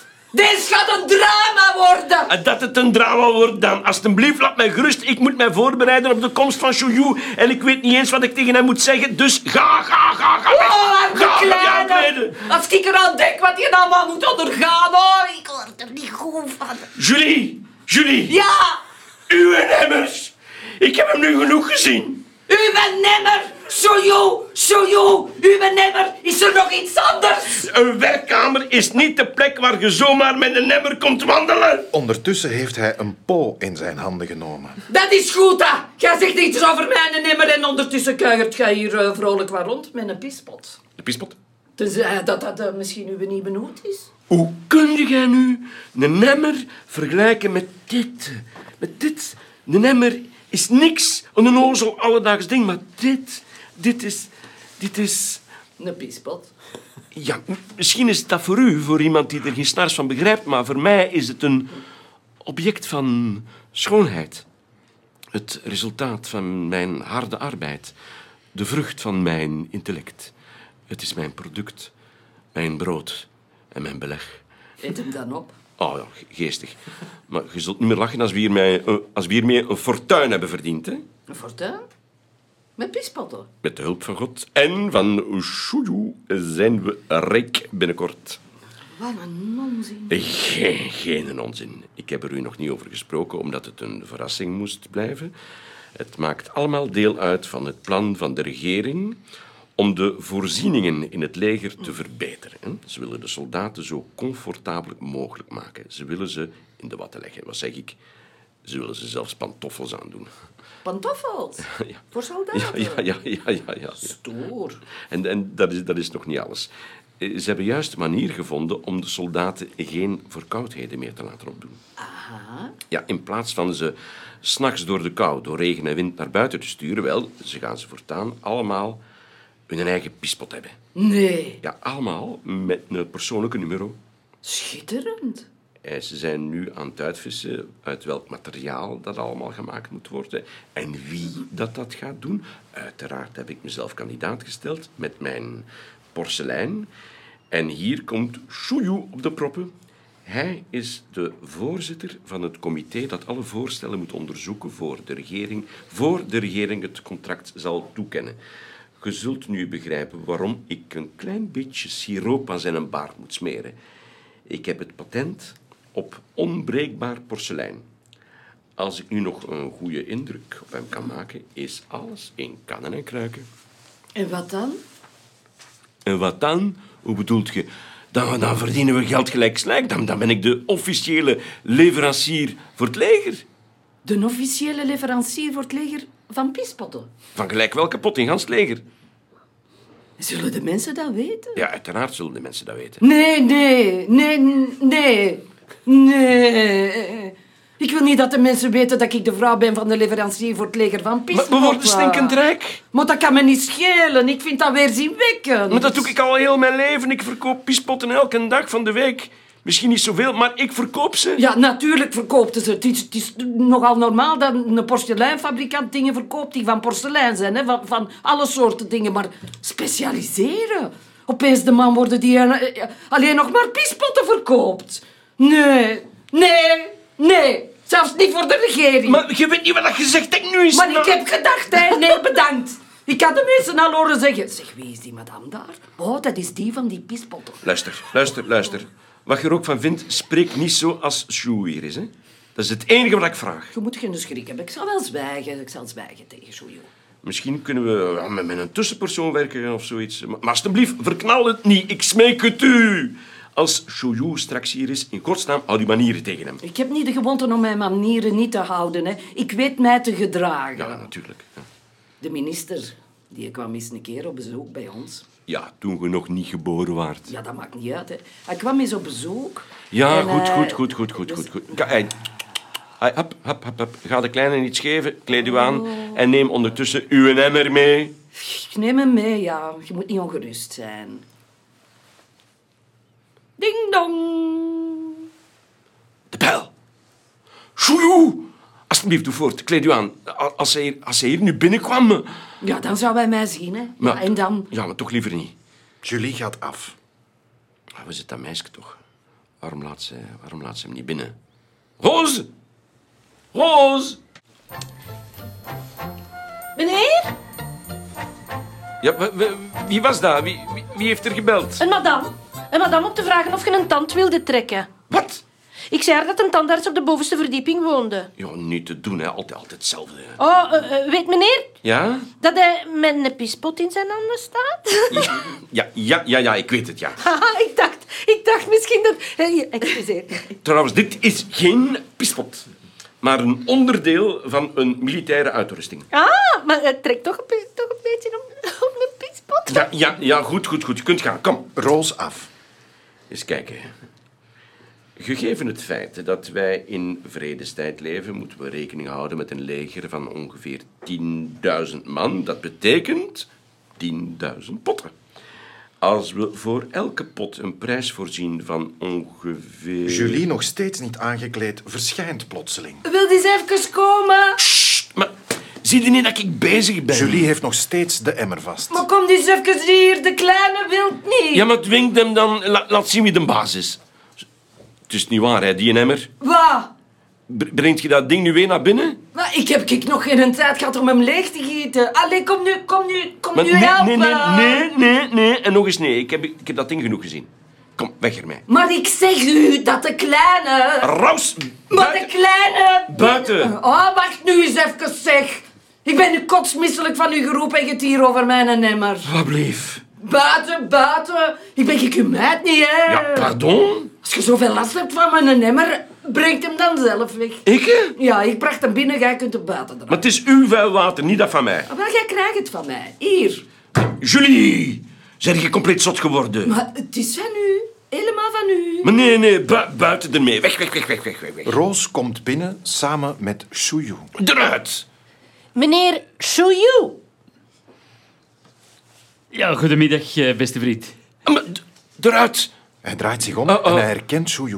Dit gaat een drama worden. En dat het een drama wordt dan. Alsjeblieft, laat mij gerust. Ik moet mij voorbereiden op de komst van Chouillou. En ik weet niet eens wat ik tegen hem moet zeggen. Dus ga, ga, ga, ga. Oh, arme ga, kleine. ga Als ik eraan denk wat je allemaal moet ondergaan, hoor. Ik word er niet goed van. Julie, Julie. Ja, Uw nemmers. Ik heb hem nu genoeg gezien. u bent nimmer. Chouillou, Chouillou, u bent nimmer. Is er nog iets anders? Een werkkamer is niet de plek waar je zomaar met een nemmer komt wandelen. Ondertussen heeft hij een po in zijn handen genomen. Dat is goed, hè. Jij zegt iets over mij nimmer en ondertussen kuiert jij hier uh, vrolijk wat rond met een pispot. De pispot? Tenzij dat dat uh, misschien uw nieuwe noot is. Hoe kun jij nu een nemmer vergelijken met dit? Met dit? Een nemmer is niks, een onnozel alledaags ding, maar dit, dit is, dit is... Een pispot. Ja, m- misschien is dat voor u, voor iemand die er geen snars van begrijpt, maar voor mij is het een object van schoonheid. Het resultaat van mijn harde arbeid. De vrucht van mijn intellect. Het is mijn product, mijn brood en mijn beleg. Eet hem dan op. Oh ja, ge- geestig. Maar je zult niet meer lachen als we hiermee, eh, als we hiermee een fortuin hebben verdiend, hè? Een fortuin? Met pispotten. Met de hulp van God en van Chouillou zijn we rijk binnenkort. Wat een onzin. Geen, geen onzin. Ik heb er u nog niet over gesproken, omdat het een verrassing moest blijven. Het maakt allemaal deel uit van het plan van de regering om de voorzieningen in het leger te verbeteren. hè. Ze willen de soldaten zo comfortabel mogelijk maken. Ze willen ze in de watten leggen. Wat zeg ik? Ze willen ze zelfs pantoffels aandoen. Pantoffels? Ja. Voor soldaten? Ja, ja, ja, ja, ja, ja. Stoer. En, en dat, is, dat is nog niet alles. Eh, Ze hebben juist een manier gevonden om de soldaten geen verkoudheden meer te laten opdoen. Aha. Ja, in plaats van ze 's nachts door de kou, door regen en wind naar buiten te sturen, wel, ze gaan ze voortaan allemaal hun eigen pispot hebben. Nee. Ja, allemaal met een persoonlijke nummer. Schitterend. En ze zijn nu aan het uitvissen uit welk materiaal dat allemaal gemaakt moet worden en wie dat dat gaat doen. Uiteraard heb ik mezelf kandidaat gesteld met mijn porselein. En hier komt Chouillou op de proppen. Hij is de voorzitter van het comité dat alle voorstellen moet onderzoeken voor de regering, voor de regering het contract zal toekennen. Je zult nu begrijpen waarom ik een klein beetje siroop aan zijn baard moet smeren. Ik heb het patent op onbreekbaar porselein. Als ik nu nog een goede indruk op hem kan maken, is alles in kannen en kruiken. En wat dan? En wat dan? Hoe bedoelt je? Dan, dan verdienen we geld gelijk slijk. Dan, dan ben ik de officiële leverancier voor het leger. De officiële leverancier voor het leger van pispotten. Van gelijk welke pot in gans het leger. Zullen de mensen dat weten? Ja, uiteraard zullen de mensen dat weten. Nee, nee, nee, nee, nee. Ik wil niet dat de mensen weten dat ik de vrouw ben van de leverancier voor het leger van Maar pispotten. we worden stinkend rijk. Maar dat kan me niet schelen. Ik vind dat weerzinwekkend. Maar dat doe ik al heel mijn leven. Ik verkoop pispotten elke dag van de week. Misschien niet zoveel, maar ik verkoop ze. Ja, natuurlijk verkoopt ze. Het is, het is nogal normaal dat een porseleinfabrikant dingen verkoopt die van porselein zijn. Hè? Van, van alle soorten dingen. Maar specialiseren? Opeens de man worden die uh, alleen nog maar pispotten verkoopt. Nee, nee, nee. Zelfs niet voor de regering. Maar je weet niet wat dat gezegd hebt nu is. Maar ik heb gedacht, hè. Nee, bedankt. Ik had de mensen al horen zeggen. Zeg, wie is die madame daar? Oh, dat is die van die pispotten. Luister, luister, luister. Wat je er ook van vindt, spreek niet zo als Chou hier is. Hè? Dat is het enige wat ik vraag. Je moet geen schrik hebben. Ik zal wel zwijgen. Ik zal zwijgen tegen Chouillou. Misschien kunnen we ja, met, met een tussenpersoon werken of zoiets. Maar, maar alsjeblieft, verknal het niet. Ik smeek het u. Als Chouillou straks hier is, in godsnaam, houd die manieren tegen hem. Ik heb niet de gewoonte om mijn manieren niet te houden. Hè. Ik weet mij te gedragen. Ja, natuurlijk. Ja. De minister, die kwam eens een keer op bezoek bij ons. Ja, toen je nog niet geboren waart. Ja, dat maakt niet uit. Hè. Hij kwam eens op bezoek. Ja, en, goed, eh, goed, goed, goed, goed, goed, goed. Ka- hey. Hey, hap, hap, hap, hap. Ga de kleine iets geven, kleed u aan en neem ondertussen uw emmer mee. Ik neem hem mee, ja. Je moet niet ongerust zijn. Ding dong. De bel. Chouillou! Alsjeblieft, doe voort. Kleed u aan. Als zij hier, als zij hier nu binnenkwam... Ja, dan zou hij mij zien, hè. Maar- Ja, en dan... Ja, maar toch liever niet. Julie gaat af. Ah, we zitten dat meisje toch? Waarom laat ze, waarom laat ze hem niet binnen? Roos! Roos! Meneer? Ja, w- w- wie was dat? Wie, wie, wie heeft er gebeld? Een madame. Een madame om te vragen of je een tand wilde trekken. Wat? Ik zei haar dat een tandarts op de bovenste verdieping woonde. Ja, niet te doen, hè. Altijd, altijd hetzelfde. Hè. Oh, uh, uh, weet meneer Ja? dat hij met een pispot in zijn handen staat? Ja, ja, ja, ja, ik weet het, ja. Haha, ik dacht, ik dacht misschien dat... Uh, excuseer. Trouwens, dit is geen pispot, maar een onderdeel van een militaire uitrusting. Ah, maar het trekt toch een, pi- toch een beetje op, op een pispot. Ja, ja, ja, goed, goed, goed. Je kunt gaan. Kom. Roos af. Eens kijken. Gegeven het feit dat wij in vredestijd leven, moeten we rekening houden met een leger van ongeveer tienduizend man. Dat betekent tienduizend potten. Als we voor elke pot een prijs voorzien van ongeveer... Julie, nog steeds niet aangekleed, verschijnt plotseling. Wil die eens even komen? Sst, maar zie je niet dat ik bezig ben? Julie heeft nog steeds de emmer vast. Maar kom die eens even hier, de kleine wil niet. Ja, maar dwing hem dan... La- laat zien wie de baas is. Het is niet waar, hè, die en emmer. Wat? B- Brengt je dat ding nu weer naar binnen? Maar ik heb ik nog geen tijd gehad om hem leeg te gieten. Allee, kom nu, kom nu, kom Maar nu nee, helpen. nee, nee, nee, nee, nee. En nog eens nee. Ik heb, ik heb dat ding genoeg gezien. Kom, weg ermee. Maar ik zeg u dat de kleine... Raus! Maar de kleine... Buiten! Oh, wacht nu eens even, zeg. Ik ben nu kotsmisselijk van u geroepen en je het hier over mijn emmer. Wat bleef? Buiten, buiten. Ik ben gekumheid niet, hè. Ja, pardon? Als je zoveel last hebt van mijn emmer, brengt hem dan zelf weg. Ik, hè? Ja, ik bracht hem binnen, jij kunt hem buiten Maar dragen. het is uw vuil water, niet dat van mij. Maar jij krijgt het van mij. Hier. Julie! Zijn je compleet zot geworden? Maar het is van u. Helemaal van u. Maar nee, nee, bu- buiten ermee. Weg, weg, weg, weg, weg, weg, weg. Roos komt binnen samen met Shuyu. Eruit! Meneer Shuyu. Ja, goedemiddag, eh, beste vriend. Maar, d- eruit! Hij draait zich om Oh, oh. en hij herkent Shuyu.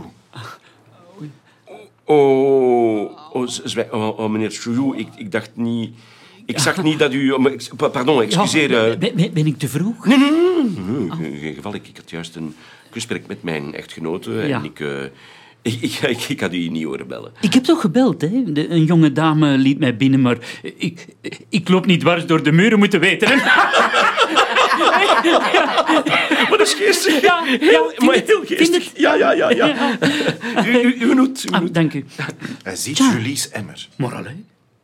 Oh, oh, z- zwij- oh, oh meneer Chouillou, ik, ik dacht niet... Ik zag niet dat u... oh, maar ex- pa- Pardon, excuseer. Ja, eh. ben, ben- ben ik te vroeg? Nee, nee, nee. nee. In geen geval. Ik, ik had juist een gesprek met mijn echtgenote Ja. en ik, eh, ik, ik, ik, ik had u niet horen bellen. Ik heb toch gebeld, hè? De, een jonge dame liet mij binnen, maar ik, ik loop niet dwars door de muren, moeten weten. Hè? Maar dat is geestig. Ja, ja, heel, vind maar het, heel vind geestig. het. Ja, ja, ja. ja. U, u, u noet, u Ah, noet. dank u. Hij ziet Tja. Julie's emmer. Maar allee.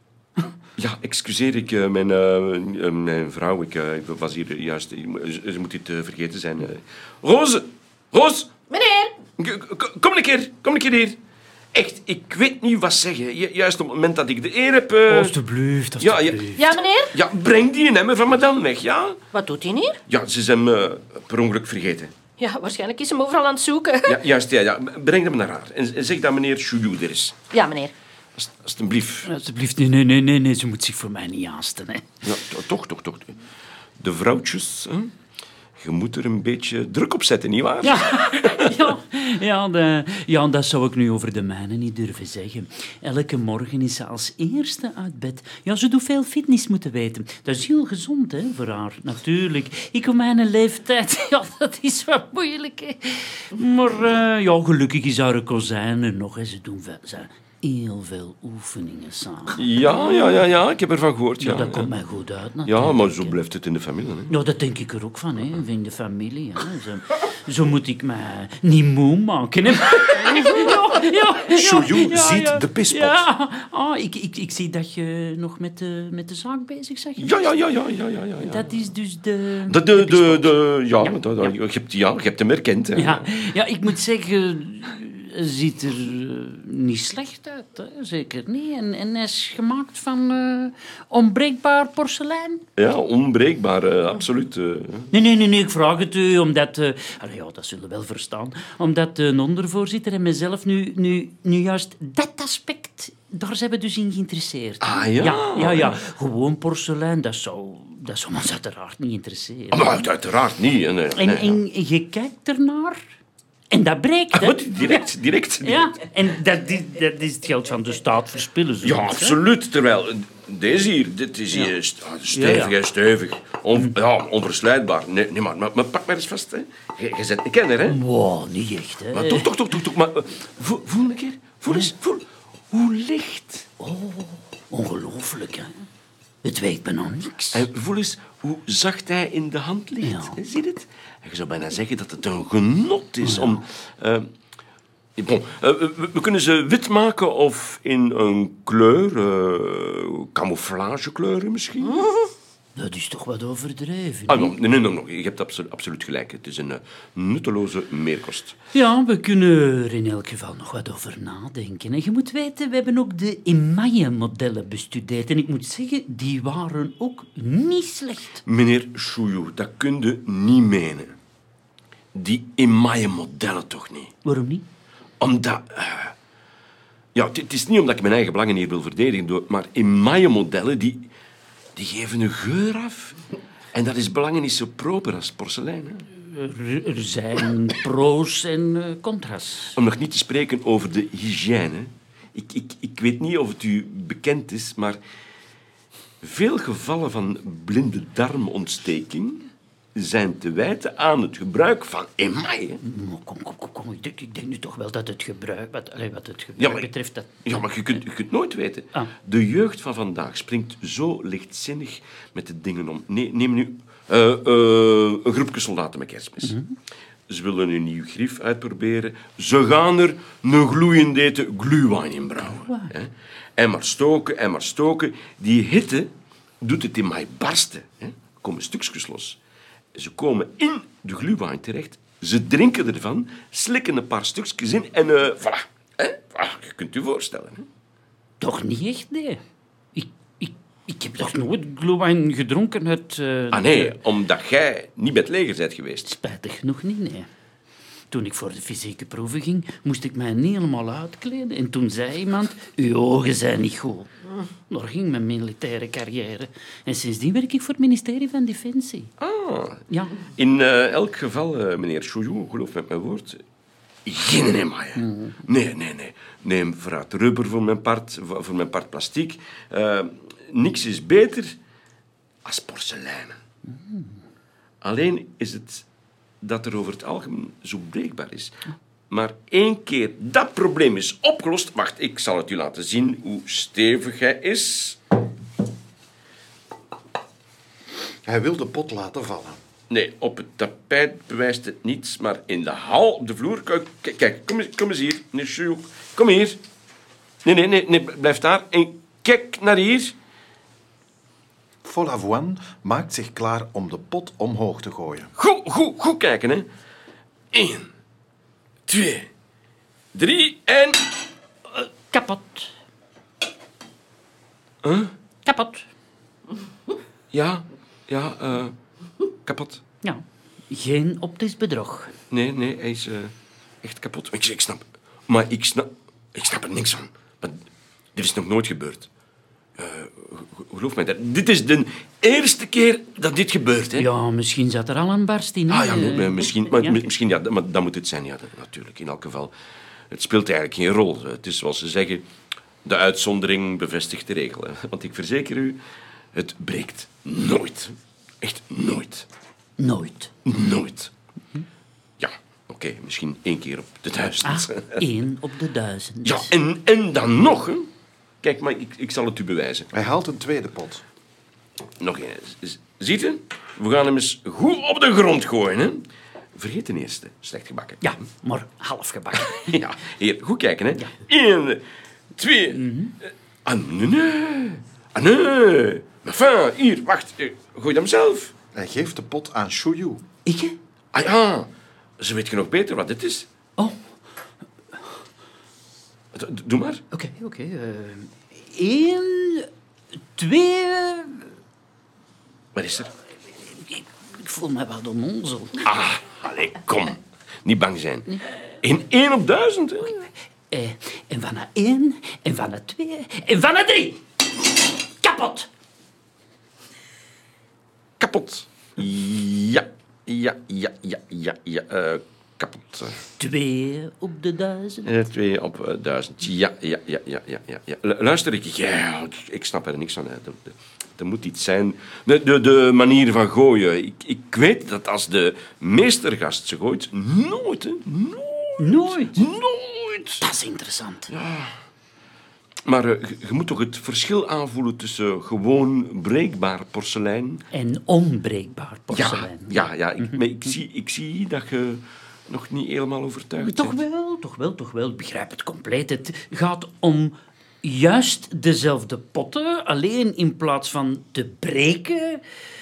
Ja, excuseer, ik, eh, mijn, eh, eh, mijn vrouw, ik, eh, ik was hier juist... Ze, ze moet dit eh, vergeten zijn. eh. Roos! Roos! Meneer. K- k- Kom een keer, kom een keer hier. Echt, ik weet niet wat zeggen. Ju- Juist op het moment dat ik de eer heb... eh, Alsjeblieft, ja, ja, alsjeblieft. Ja, meneer. ja, breng die emmer van madame weg, ja? Wat doet hij hier? Ja, ze is hem eh, per ongeluk vergeten. Ja, waarschijnlijk is hem overal aan het zoeken. Ja, juist, ja, ja. Breng hem naar haar. En en zeg dat meneer Chouillou er is. Ja, meneer. Als- Alsjeblieft. Alsjeblieft, nee, nee, nee, nee, nee, ze moet zich voor mij niet haasten. Hè. Ja, to- toch, toch, toch. De vrouwtjes, hè? Je moet er een beetje druk op zetten, nietwaar? Ja, ja, ja, de, ja, dat zou ik nu over de mijne niet durven zeggen. Elke morgen is ze als eerste uit bed. Ja, ze doet veel fitness, moeten weten. Dat is heel gezond, hè, voor haar, natuurlijk. Ik op mijn leeftijd, ja, dat is wat moeilijk, hè. Maar eh, ja, gelukkig is haar kozijn er nog, hè. Ze doen veel, ze heel veel oefeningen samen. Ja, ja, ja, ja. Ik heb ervan gehoord, ja. Ja, dat ja. komt mij goed uit, natuurlijk. Ja, maar zo blijft het in de familie, hè. Ja, dat denk ik er ook van, hè. In de familie. Hè. Zo, zo moet ik mij niet moe maken. Hè. Ja, ja, ja, Chouillou ja, ziet ja. de pispot. Ja, ah, ik, ik, ik zie dat je nog met de, met de zaak bezig bent. Ja, ja, ja, ja, ja, ja, ja. Dat is dus de... De, de, de, pispot. de, ja, Ja, dat- ja. Je, hebt, ja, je hebt hem herkend, hè. Ja, ja, ik moet zeggen, hij ziet er eh, niet slecht uit. Hè. Zeker niet. En, en hij is gemaakt van eh, onbreekbaar porselein. Ja, onbreekbaar, eh, absoluut. eh. Nee, nee, nee, nee, ik vraag het u, omdat... eh allee, ja, dat zullen we wel verstaan. Omdat de ondervoorzitter en mezelf nu, nu, nu juist dat aspect... Daar zijn we dus in geïnteresseerd. Ah, ja? Ja, ja, ja. Gewoon porselein, dat zou, dat zou ons uiteraard niet interesseren. Maar uit- uiteraard niet. hè, Nee, En, nee, en je kijkt ernaar En dat breekt, hè? Wat? Direct, direct. Ja, en dat is, dat is het geld van de staat verspillen. Zo Ja, hè? absoluut. Terwijl, eh, deze hier, dit is hier st- ah, stevig, Ja, ja. hè, stevig. On, ja, onverslijtbaar. Nee, nee maar, maar, maar pak maar eens vast, hè. Je, je bent een kenner, hè. Wow, niet echt, hè? Maar toch, toch, toch, toch, toch. Maar eh, voel, voel een keer. Voel eens, voel. Hoe licht. Ongelooflijk, hè? Het weegt bijna niks. En voel eens hoe zacht hij in de hand ligt. Ja. Hè, zie je het? En je zou bijna zeggen dat het een genot is om... eh, bon, eh, we, we kunnen ze wit maken of in een kleur, eh camouflagekleuren misschien. Dat is toch wat overdreven. Ah, hè? no, nee, nee, nee, nee, je hebt absolu- absoluut gelijk. Het is een eh, nutteloze meerkost. Ja, we kunnen er in elk geval nog wat over nadenken. En je moet weten, we hebben ook de Emaille-modellen bestudeerd. En ik moet zeggen, die waren ook niet slecht. Meneer Chouillou, dat kun je niet menen. Die emaille-modellen toch niet? Waarom niet? Omdat... eh, ja, het- het is niet omdat ik mijn eigen belangen hier wil verdedigen, door- maar emaille-modellen, die, die geven een geur af. En dat is belangen niet zo proper als porselein. Hè? Er, er zijn pro's en uh, contra's. Om nog niet te spreken over de hygiëne. Ik, ik, ik weet niet of het u bekend is, maar veel gevallen van blinde darmontsteking zijn te wijten aan het gebruik van emaille. Maar kom, kom, kom, kom. Ik, denk, ik denk nu toch wel dat het gebruik, wat, allee, wat het gebruik Ja, maar- betreft... Dat, Ja, maar je kunt, je kunt nooit weten. Ah. De jeugd van vandaag springt zo lichtzinnig met de dingen om. Nee, neem nu eh, eh, een groepje soldaten met kerstmis. Ze willen een nieuw grief uitproberen. Ze gaan er een gloeiende hete glühwein in brouwen. Hè? En maar stoken, en maar stoken. Die hitte doet het in mij barsten. Hè? Er komen stukjes los. Ze komen in de glühwein terecht. Ze drinken ervan, slikken een paar stukjes in en uh, voilà. Hè? Voilà. Je kunt je voorstellen. Hè? Toch niet echt, nee. Ik, ik, ik heb toch nooit glühwein gedronken uit... eh, Ah nee, de- omdat jij niet bij het leger bent geweest. Spijtig genoeg niet, nee. Toen ik voor de fysieke proeven ging, moest ik mij niet helemaal uitkleden. En toen zei iemand, uw ogen zijn niet goed. Daar ging mijn militaire carrière. En sindsdien werk ik voor het ministerie van Defensie. Ah. Ja. In eh, elk geval, eh, meneer Chouillou, geloof met mijn woord, geen emaille. Nee, nee, nee. Neem vooruit rubber voor mijn part, voor voor mijn part plastiek. Eh, niks is beter als porseleinen. Alleen is het dat er over het algemeen zo breekbaar is. Maar één keer dat probleem is opgelost... Wacht, ik zal het u laten zien hoe stevig hij is. Hij wil de pot laten vallen. Nee, op het tapijt bewijst het niets, maar in de hal, op de vloer... Kijk, kijk, kijk, kom, eens, kom eens hier, meneer Chouillou. Kom hier. Nee, nee, nee, nee, blijf daar. En kijk naar hier. Follavoine maakt zich klaar om de pot omhoog te gooien. Goed, goed, goed kijken, hè. Eén, twee, drie en... Kapot. Huh? Kapot. Ja, ja, eh, kapot. Ja. Geen optisch bedrog. Nee, nee, hij is eh, echt kapot. Ik, ik snap... Maar ik snap... Ik snap er niks van. Maar dit is nog nooit gebeurd. Eh, ge- geloof mij, dat, dit is de eerste keer dat dit gebeurt, hè. Ja, misschien zat er al een barst in. Ah hè? ja, nee, misschien, maar, Ja. misschien ja, maar dat moet het zijn, ja, dat- natuurlijk. In elk geval, het speelt eigenlijk geen rol. Het is zoals ze zeggen, de uitzondering bevestigt de regel. Hè. Want ik verzeker u, het breekt nooit. Echt nooit. Nooit. Nooit. Ja, oké, misschien één keer op de duizend. Ah, één op de duizend. Ja, en, en dan nog, hè. Kijk, maar ik, ik zal het u bewijzen. Hij haalt een tweede pot. Nog één. Z- Ziet u? We gaan hem eens goed op de grond gooien, hè. Vergeet de eerste. Slecht gebakken. Ja, maar half gebakken. Ja, hier, goed kijken, hè. Eén, twee... Ah, nee, nee. Ah, nee. Maar enfin, hier, wacht. eh, Gooi hem zelf. Hij geeft de pot aan Chouillou. Ik, hè? Ah ja, ze weet je nog beter wat dit is. Oh, D- d- Doe maar. oké, oké. Eén, twee... Wat is er? Ik, ik voel me wat onnozel. Ah, allee, kom. Niet bang zijn. In één op duizend, hè. Eh, en van de één, en van de twee, en van de drie. Kapot. Kapot. Ja, ja, ja, ja, ja, ja. eh, kapot. Uh. Twee op de duizend. Uh, twee op uh, duizend. Ja, ja, ja, ja, ja, ja, ja. L- luister, ik, ja, ik, ik snap er niks van. Hè. De, de, er moet iets zijn. De, de, de manier van gooien. Ik, ik weet dat als de meestergast ze gooit, nooit, hè, nooit, Nooit? nooit. Dat is interessant. Maar uh, je, je moet toch het verschil aanvoelen tussen gewoon breekbaar porselein... En onbreekbaar porselein. Ja, ja, ja. Ik, maar ik, zie, ik zie dat je nog niet helemaal overtuigd Toch bent. wel, toch wel, toch wel. Ik begrijp het compleet. Het gaat om juist dezelfde potten, alleen in plaats van te breken,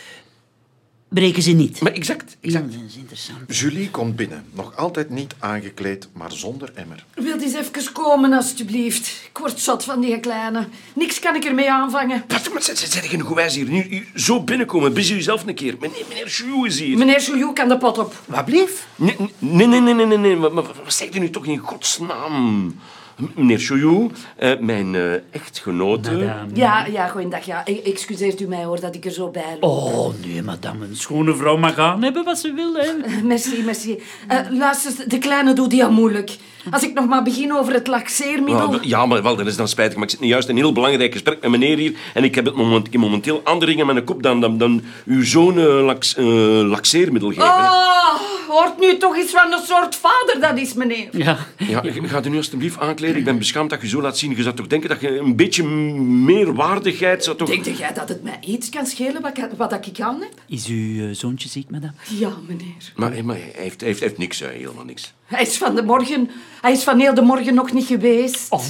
breken ze niet. Maar exact, exact. Ja, dat is interessant. Julie komt binnen, nog altijd niet aangekleed, maar zonder emmer. Wil eens even komen, alstublieft. Ik word zot van die kleine. Niks kan ik ermee aanvangen. Wat, maar zeg je nog hoe wij hier nu u, zo binnenkomen? Bis u zelf een keer. Meneer, meneer Chou is hier. Meneer Chouillou kan de pot op. Wat blief? Nee, nee, nee, nee, nee, nee. nee. Maar, maar wat zegt u nu toch in godsnaam? Meneer Chouillou, uh, mijn uh, echtgenote... Madame. Ja, ja, goeiedag. Ja. E- Excuseert u mij, hoor, dat ik er zo bij loop. Oh, nee, madame. Een schone vrouw mag aan hebben wat ze wil, hè. Merci, merci. Uh, luister, de kleine doet die al moeilijk. Als ik nog maar begin over het laxeermiddel... Ja, ja, maar wel, dat is dan spijtig. Maar ik zit nu juist een heel belangrijk gesprek met meneer hier. En ik heb het moment, ik heb momenteel andere dingen met mijn kop dan, dan, dan uw zoon uh, lax, uh, laxeermiddel geven. hè. Oh, hoort nu toch eens van een soort vader, dat is meneer. Ja. Ja, ga u nu alstublieft aankleden. Ik ben beschaamd dat je zo laat zien. Je zou toch denken dat je een beetje meer waardigheid zou toch... Denk jij dat het mij iets kan schelen wat, ik- wat ik aan heb? Is uw uh, zoontje ziek, madame? Ja, meneer. Maar, maar hij, heeft, hij, heeft, hij heeft niks, hè. Helemaal niks. Hij is van de morgen... Hij is van heel de morgen nog niet geweest. Oh.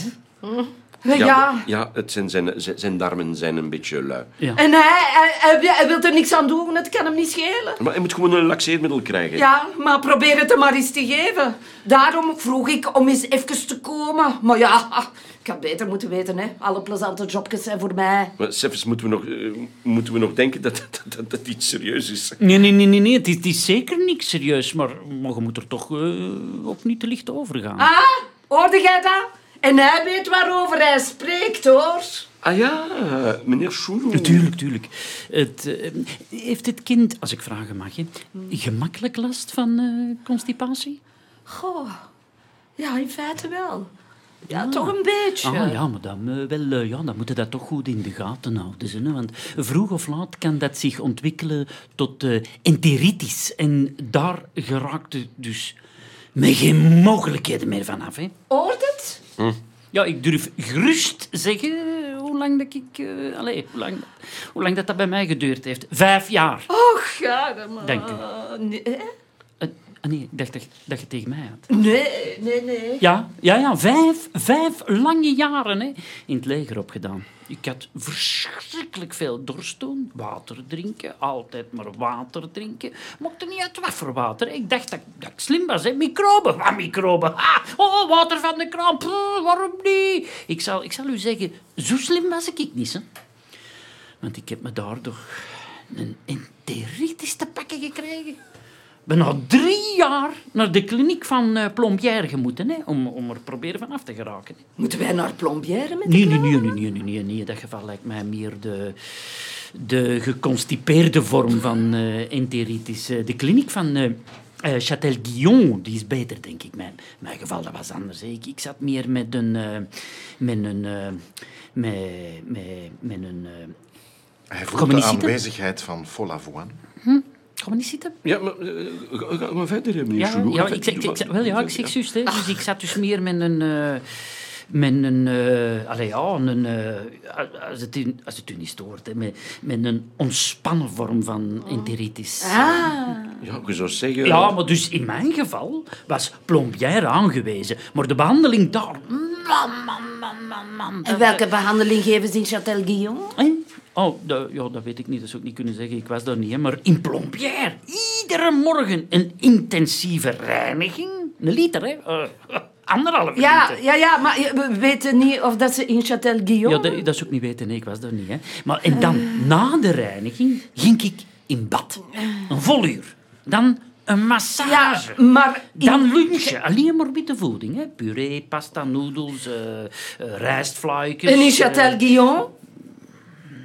Ja. ja, ja het zijn, zijn, zijn, zijn darmen zijn een beetje lui. Ja. En hij, hij, hij, hij wil er niks aan doen. Het kan hem niet schelen. Maar hij moet gewoon een laxeermiddel krijgen. Ja, maar probeer het hem maar eens te geven. Daarom vroeg ik om eens even te komen. Maar ja, ik had beter moeten weten, hè. Alle plezante jobjes zijn voor mij. Maar zelfs moeten we nog, uh, moeten we nog denken dat dat, dat, dat iets serieus is. Nee, nee, nee, nee, nee. Het, is, het is zeker niks serieus, maar, maar je moet er toch uh, ook niet te licht over gaan. Ah, hoorde jij dat? En hij weet waarover hij spreekt, hoor. Ah ja, meneer Chouillou. Tuurlijk, tuurlijk. Het, uh, heeft het kind, als ik vragen mag, hè, gemakkelijk last van uh, constipatie? Goh, ja, in feite wel. Ja, toch een beetje. Ah ja, madame. Uh, wel, uh, ja, dan moet je dat toch goed in de gaten houden. Ze, hè? Want vroeg of laat kan dat zich ontwikkelen tot uh, enteritis. En daar geraakt u dus met geen mogelijkheden meer vanaf. Hè? Hoort het? Ja, ik durf gerust zeggen hoe lang dat ik... Uh, allez, hoe lang, hoe lang dat, dat bij mij geduurd heeft. Vijf jaar. Och, ja, maar... Dank u. Nee, Uh, ah, nee, ik dacht dat, dat je tegen mij had. nee, nee. nee. Ja, ja, ja vijf, vijf lange jaren hè, in het leger opgedaan. Ik had verschrikkelijk veel dorst toen. Water drinken, altijd maar water drinken. Mocht er niet uit wat voor water. Hè. Ik dacht dat, dat ik slim was. Hè. Microben, wat microben? Ah, oh, water van de kraan, Pff, waarom niet? Ik zal, ik zal u zeggen, zo slim was ik niet. Hè. Want ik heb me daardoor een enteritis te pakken gekregen. Ik ben al drie jaar naar de kliniek van uh, Plombière gemoeten, hè, om, om er proberen van af te geraken. Hè. Moeten wij naar Plombière met Nee, de nee, nee, kleine? nee, nee, nee, nee, nee. In dat geval lijkt mij meer de, de geconstipeerde vorm van uh, enteritis. Uh, de kliniek van uh, uh, Châtel-Guyon, die is beter, denk ik. Mijn, mijn geval dat was anders. Hè. Ik, ik zat meer met een... Uh, met een... Uh, met, met, met een... Uh, Hij Kom voelt je de niet zitten? aanwezigheid van Follavoine. Ga maar niet zitten. Ja, maar uh, ga, ga maar verder, meneer Ja, Chouillou. ja, Ga ik, zeg- ik, verder. zeg- wel, ja, ik zeg juist. Hè. Dus ik zat dus meer met een... Uh, met een... Uh, allee, ja, een... Uh, als, het u, als het u niet stoort, hè, met, met een ontspannen vorm van enteritis. Ah. Ja, je zou zeggen... Ja, maar dus in mijn geval was Plombière aangewezen. Maar de behandeling daar... Man, man, man, man, man. En welke behandeling geven ze in Châtel-Guyon? Hè? Oh, dat, ja, dat weet ik niet. Dat zou ik niet kunnen zeggen. Ik was daar niet. Hè. Maar in Plombière, iedere morgen een intensieve reiniging. Een liter, hè. Uh, anderhalve Ja, liter. ja, ja, maar we weten niet of dat ze in Châtel-Guyon... Ja, dat, dat zou ik niet weten. Nee, ik was daar niet. Hè. Maar, en dan, na de reiniging, ging ik in bad. Een vol uur. Dan een massage. Ja, maar... in- Dan lunchen. Alleen maar witte voeding. Hè. Puree, pasta, noedels, uh, uh, rijstfluikjes. En in uh, Châtel-Guyon?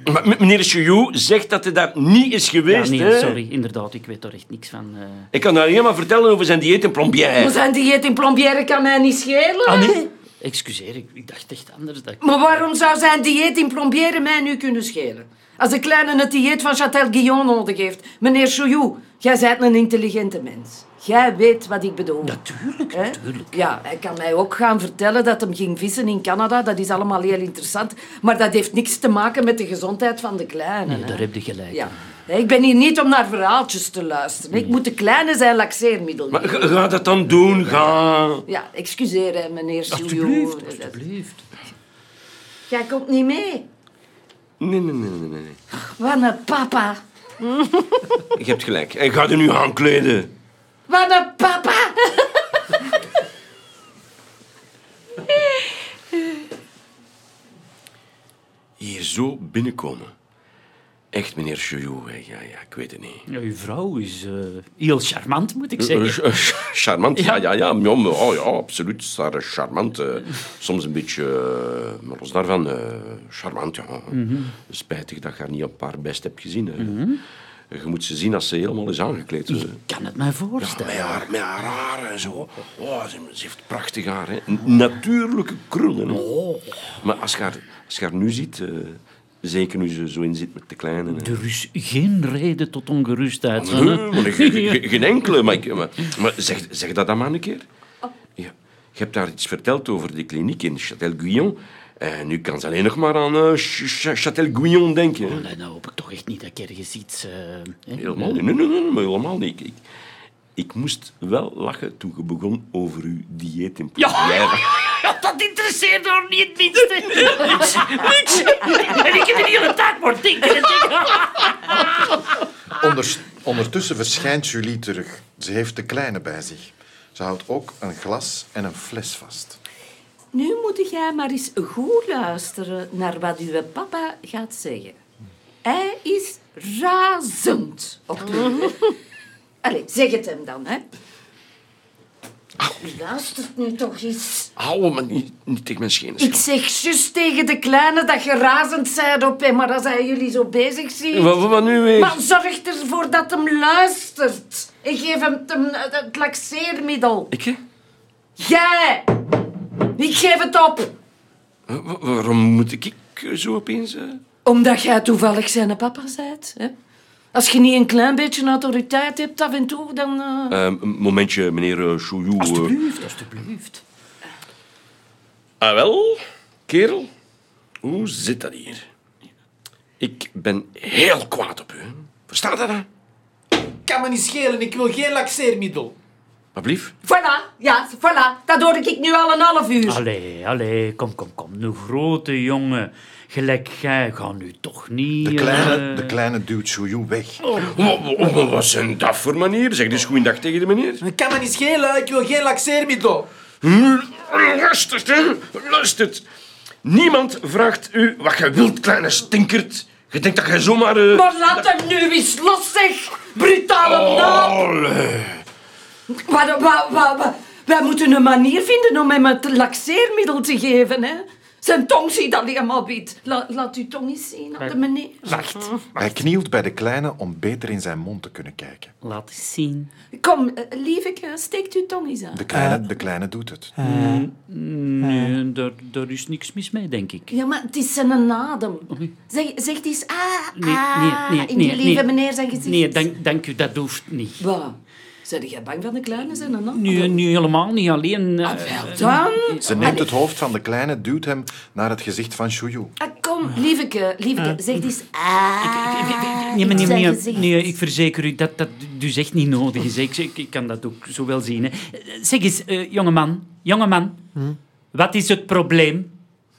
Maar m- meneer Chouillou zegt dat hij daar niet is Ja, geweest. nee, hè? sorry, inderdaad, ik weet er echt niks van. eh. Ik kan daar alleen maar vertellen over zijn dieet in Maar Plombière. zijn dieet in Plombière kan mij niet schelen. Ah, nee? Excuseer, ik, ik dacht echt anders. Dat ik... Maar waarom zou zijn dieet in Plombière mij nu kunnen schelen? Als de kleine het dieet van Châtel-Guyon nodig heeft. Meneer Chouillou, jij bent een intelligente mens. Jij weet wat ik bedoel. Natuurlijk, Hè? natuurlijk. Ja, hij kan mij ook gaan vertellen dat hij ging vissen in Canada. Dat is allemaal heel interessant. Maar dat heeft niks te maken met de gezondheid van de kleine. Nee, hè. daar heb je gelijk. Ja. Ik ben hier niet om naar verhaaltjes te luisteren. Ik moet de kleine zijn laxeermiddel Maar geven. ga, ga dat dan doen, ga. Ja, excuseer, hè, meneer Chouillou. Alsjeblieft, alsjeblieft. Jij komt niet mee. Nee, nee, nee, nee, nee. Wat een papa. Je hebt gelijk. En ga er nu aankleden. Wat een papa. Hier zo binnenkomen. Echt, meneer Chouillou, hè. Ja, ja, ik weet het niet. Ja, uw vrouw is eh, heel charmant, moet ik zeggen. Eh, ch- charmant, ja, ja, ja. Ja, maar, oh, ja, absoluut. Sarah, charmant. eh, soms een beetje, eh, maar los daarvan, eh, charmant, ja. Spijtig dat je haar niet op haar best hebt gezien. Hè. Je moet ze zien als ze helemaal is aangekleed. Ik Ze- kan het mij voorstellen. Met haar, met haar haar en zo. Oh, ze, ze heeft prachtig haar. Hè. N- Natuurlijke krullen. Hè. Maar als je haar, als je haar nu ziet, eh, zeker nu ze zo in zit met de kleine... hè. Er is geen reden tot ongerustheid. Nee, hè? maar ge- ge- geen enkele. Maar, ik- maar, maar zeg, zeg dat dan maar een keer. Ja. Je hebt daar iets verteld over de kliniek in Châtel-Guyon. En nu kan ze alleen nog maar aan eh, Ch- Ch- Châtel-Guyon denken. hè. Nee, nou hoop ik toch echt niet dat ik ergens iets... eh, hè? Helemaal niet. Nee, nee, nee, nee, helemaal niet. Ik, ik, ik moest wel lachen toen je begon over uw dieet in Ja, Plombière. ja, dat interesseert haar niet het minste. Niks, niks. En ik heb de hele tijd maar denken en denken. Onder- ondertussen verschijnt Julie terug. Ze heeft de kleine bij zich. Ze houdt ook een glas en een fles vast. Nu moet jij maar eens goed luisteren naar wat uw papa gaat zeggen. Hij is razend op u. Allee, zeg het hem dan, hè. Luistert nu toch eens. Hou maar niet, niet tegen mijn schenen. Ik zeg juist tegen de kleine dat je razend bent op hem, maar als hij jullie zo bezig ziet... Wat, wat nu weer? Maar zorg ervoor dat hem luistert. En geef hem het, het laxeermiddel. Ik, hè? Jij! Ik geef het op. Wa- wa- waarom moet ik zo opeens... eh? Omdat jij toevallig zijn papa bent. Hè? Als je niet een klein beetje autoriteit hebt af en toe, dan... eh, Eh, een momentje, meneer eh, Chouillou. eh. Alsjeblieft, alsjeblieft. Ah, wel, kerel. Hoe zit dat hier? Ik ben heel kwaad op u. hè. Versta je dat? hè? Kan me niet schelen, ik wil geen laxeermiddel. Wat blief? Voilà, ja, voilà. Dat hoor ik nu al een half uur. Allee, allee, kom, kom, kom. Nu grote jongen, gelijk jij, ga nu toch niet... De kleine, eh, de kleine duwt Julie weg. Wat, wat, wat zijn dat voor manier? Zeg dus goeiedag tegen de meneer. Kan me niet schelen, ik wil geen laxeermiddel. Luistert, hè? Luistert. Niemand vraagt u wat je wilt, kleine stinkert. Je denkt dat je zomaar... eh, Maar laat hem nu eens los, zeg. Brutale naam. Allee. Wat, wat, wat, wat- Wij moeten een manier vinden om hem het laxeermiddel te geven, hè. Zijn tong ziet al helemaal wit. La- laat uw tong eens zien aan de meneer. Wacht, Hij knielt bij de kleine om beter in zijn mond te kunnen kijken. laat eens zien. Kom, eh, lieveke, steekt uw tong eens aan. De kleine, de kleine doet het. Nee, daar, daar is niks mis mee, denk ik. Ja, maar het is zijn adem. Zeg, zeg eens, ah, Nee, ah, nee, nee, in nee, die lieve nee. meneer zijn gezicht. Nee, dank, dank u, dat hoeft niet. Wat? Zijn jij bang van de kleine zijn adem? Nu, nu helemaal niet alleen... eh, Dan? Ze neemt het hoofd van de kleine, duwt hem naar het gezicht van Julie. Ah, kom, lieveke, lieveke, zeg eens, ah, Nee, maar nee, in zijn nee, gezicht. nee, ik verzeker u dat dat dus echt niet nodig is. Ik, ik, ik kan dat ook zo wel zien. Hè. Zeg eens, uh, jongeman, jongeman, wat is het probleem?